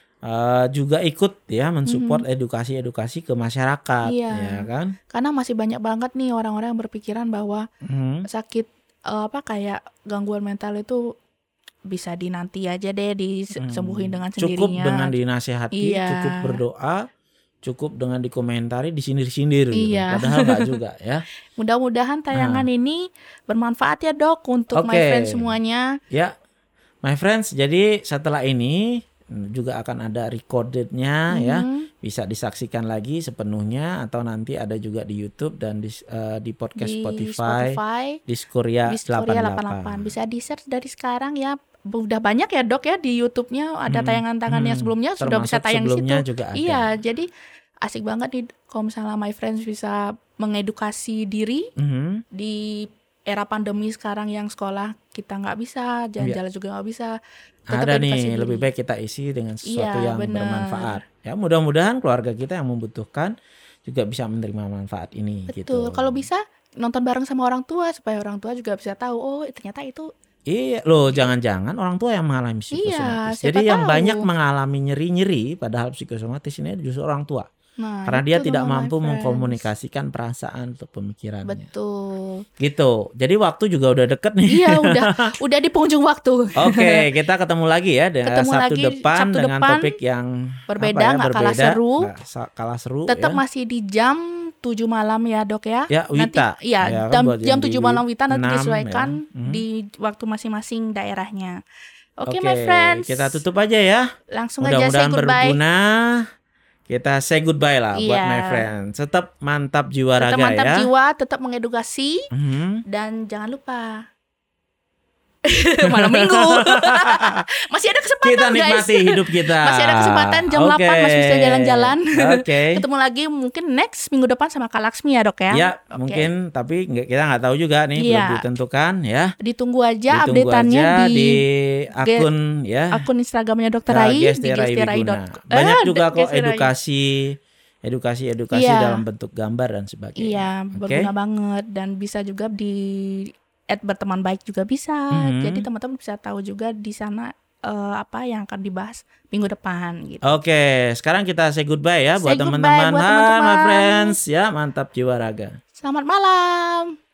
uh, juga ikut ya mensupport edukasi-edukasi ke masyarakat Iya. ya kan. Karena masih banyak banget nih orang-orang yang berpikiran bahwa Hmm. sakit eh, apa kayak gangguan mental itu bisa dinanti aja deh disembuhin dengan sendirinya. Cukup dengan dinasehati, Iya. cukup berdoa, cukup dengan dikomentari, disindir-sindir gitu. Iya. Padahal enggak juga ya. Mudah-mudahan tayangan ini bermanfaat ya, Dok, untuk my Oke. friends semuanya. Ya, my friends, jadi setelah ini juga akan ada recordednya ya, Mhm. bisa disaksikan lagi sepenuhnya atau nanti ada juga di YouTube dan di, eh, di podcast Di Spotify, Spotify, di Skoria di Skoria delapan delapan puluh puluh delapan. delapan. Bisa di-search dari sekarang ya. Udah banyak ya, Dok ya, di YouTube-nya ada Hmm, tayangan-tayangan yang hmm. sebelumnya sudah bisa Termasuk tayang di situ. sebelumnya juga ada. Iya, jadi asik banget nih kalau misalnya my friends bisa mengedukasi diri Mhm. di era pandemi sekarang yang sekolah kita nggak bisa, jalan-jalan juga nggak bisa. Tetap Ada edukasi nih, diri. lebih baik kita isi dengan sesuatu Iya, yang benar. bermanfaat. Ya, mudah-mudahan keluarga kita yang membutuhkan juga bisa menerima manfaat ini Betul. gitu. Kalau bisa nonton bareng sama orang tua supaya orang tua juga bisa tahu, oh ternyata itu Iya, loh jangan-jangan orang tua yang mengalami psikosomatis. Iya, Jadi siapa yang tahu. banyak mengalami nyeri-nyeri padahal psikosomatis ini justru orang tua. nah Karena dia itu tidak dong, my mampu friends. mengkomunikasikan perasaan atau pemikirannya. Betul. Gitu. Jadi waktu juga udah deket nih. Iya, udah udah di penghujung waktu. Oke, kita ketemu lagi ya dengan Ketemu Sabtu lagi depan Sabtu dengan depan. topik yang Berbeda, apa ya, nggak kalah berbeda, seru. nggak sa- kalah seru Tetap ya. masih di jam tujuh malam ya, Dok ya. Ya, Nanti Wita. iya, Ya kan, jam, buat jam yang tujuh di malam Wita nanti enam, disesuaikan ya. Hmm. di waktu masing-masing daerahnya. Oke, Oke, my friends. kita tutup aja ya. Langsung aja say Mudah-mudahan goodbye. berguna. Kita say goodbye lah buat Iya. my friends. Tetap mantap jiwa Tetap raga mantap ya. jiwa, tetap mengedukasi Mhm. dan jangan lupa malam minggu. Masih ada kesempatan, Kita guys. nikmati hidup kita. Masih ada kesempatan jam Oke. delapan masih bisa jalan-jalan. Oke. Ketemu lagi mungkin next minggu depan sama Kak Laksmi ya, Dok ya. Ya, Oke. mungkin tapi nggak- kita nggak tahu juga nih, Iya. belum ditentukan ya. Ditunggu aja Ditunggu update-annya aja di, di akun ya. akun Instagramnya Dokter Ya, Rai Gesti di Rai gestirai Wiguna. dot- Banyak Eh, juga kok Gesti Rai. edukasi edukasi edukasi Iya. dalam bentuk gambar dan sebagainya. Iya, Oke? berguna banget dan bisa juga di add berteman baik juga bisa. Mhm. Jadi teman-teman bisa tahu juga di sana eh, apa yang akan dibahas minggu depan gitu. Oke, sekarang kita say goodbye ya Say buat goodbye teman-teman. buat Hai, my teman-teman. friends ya, mantap jiwa raga. Selamat malam.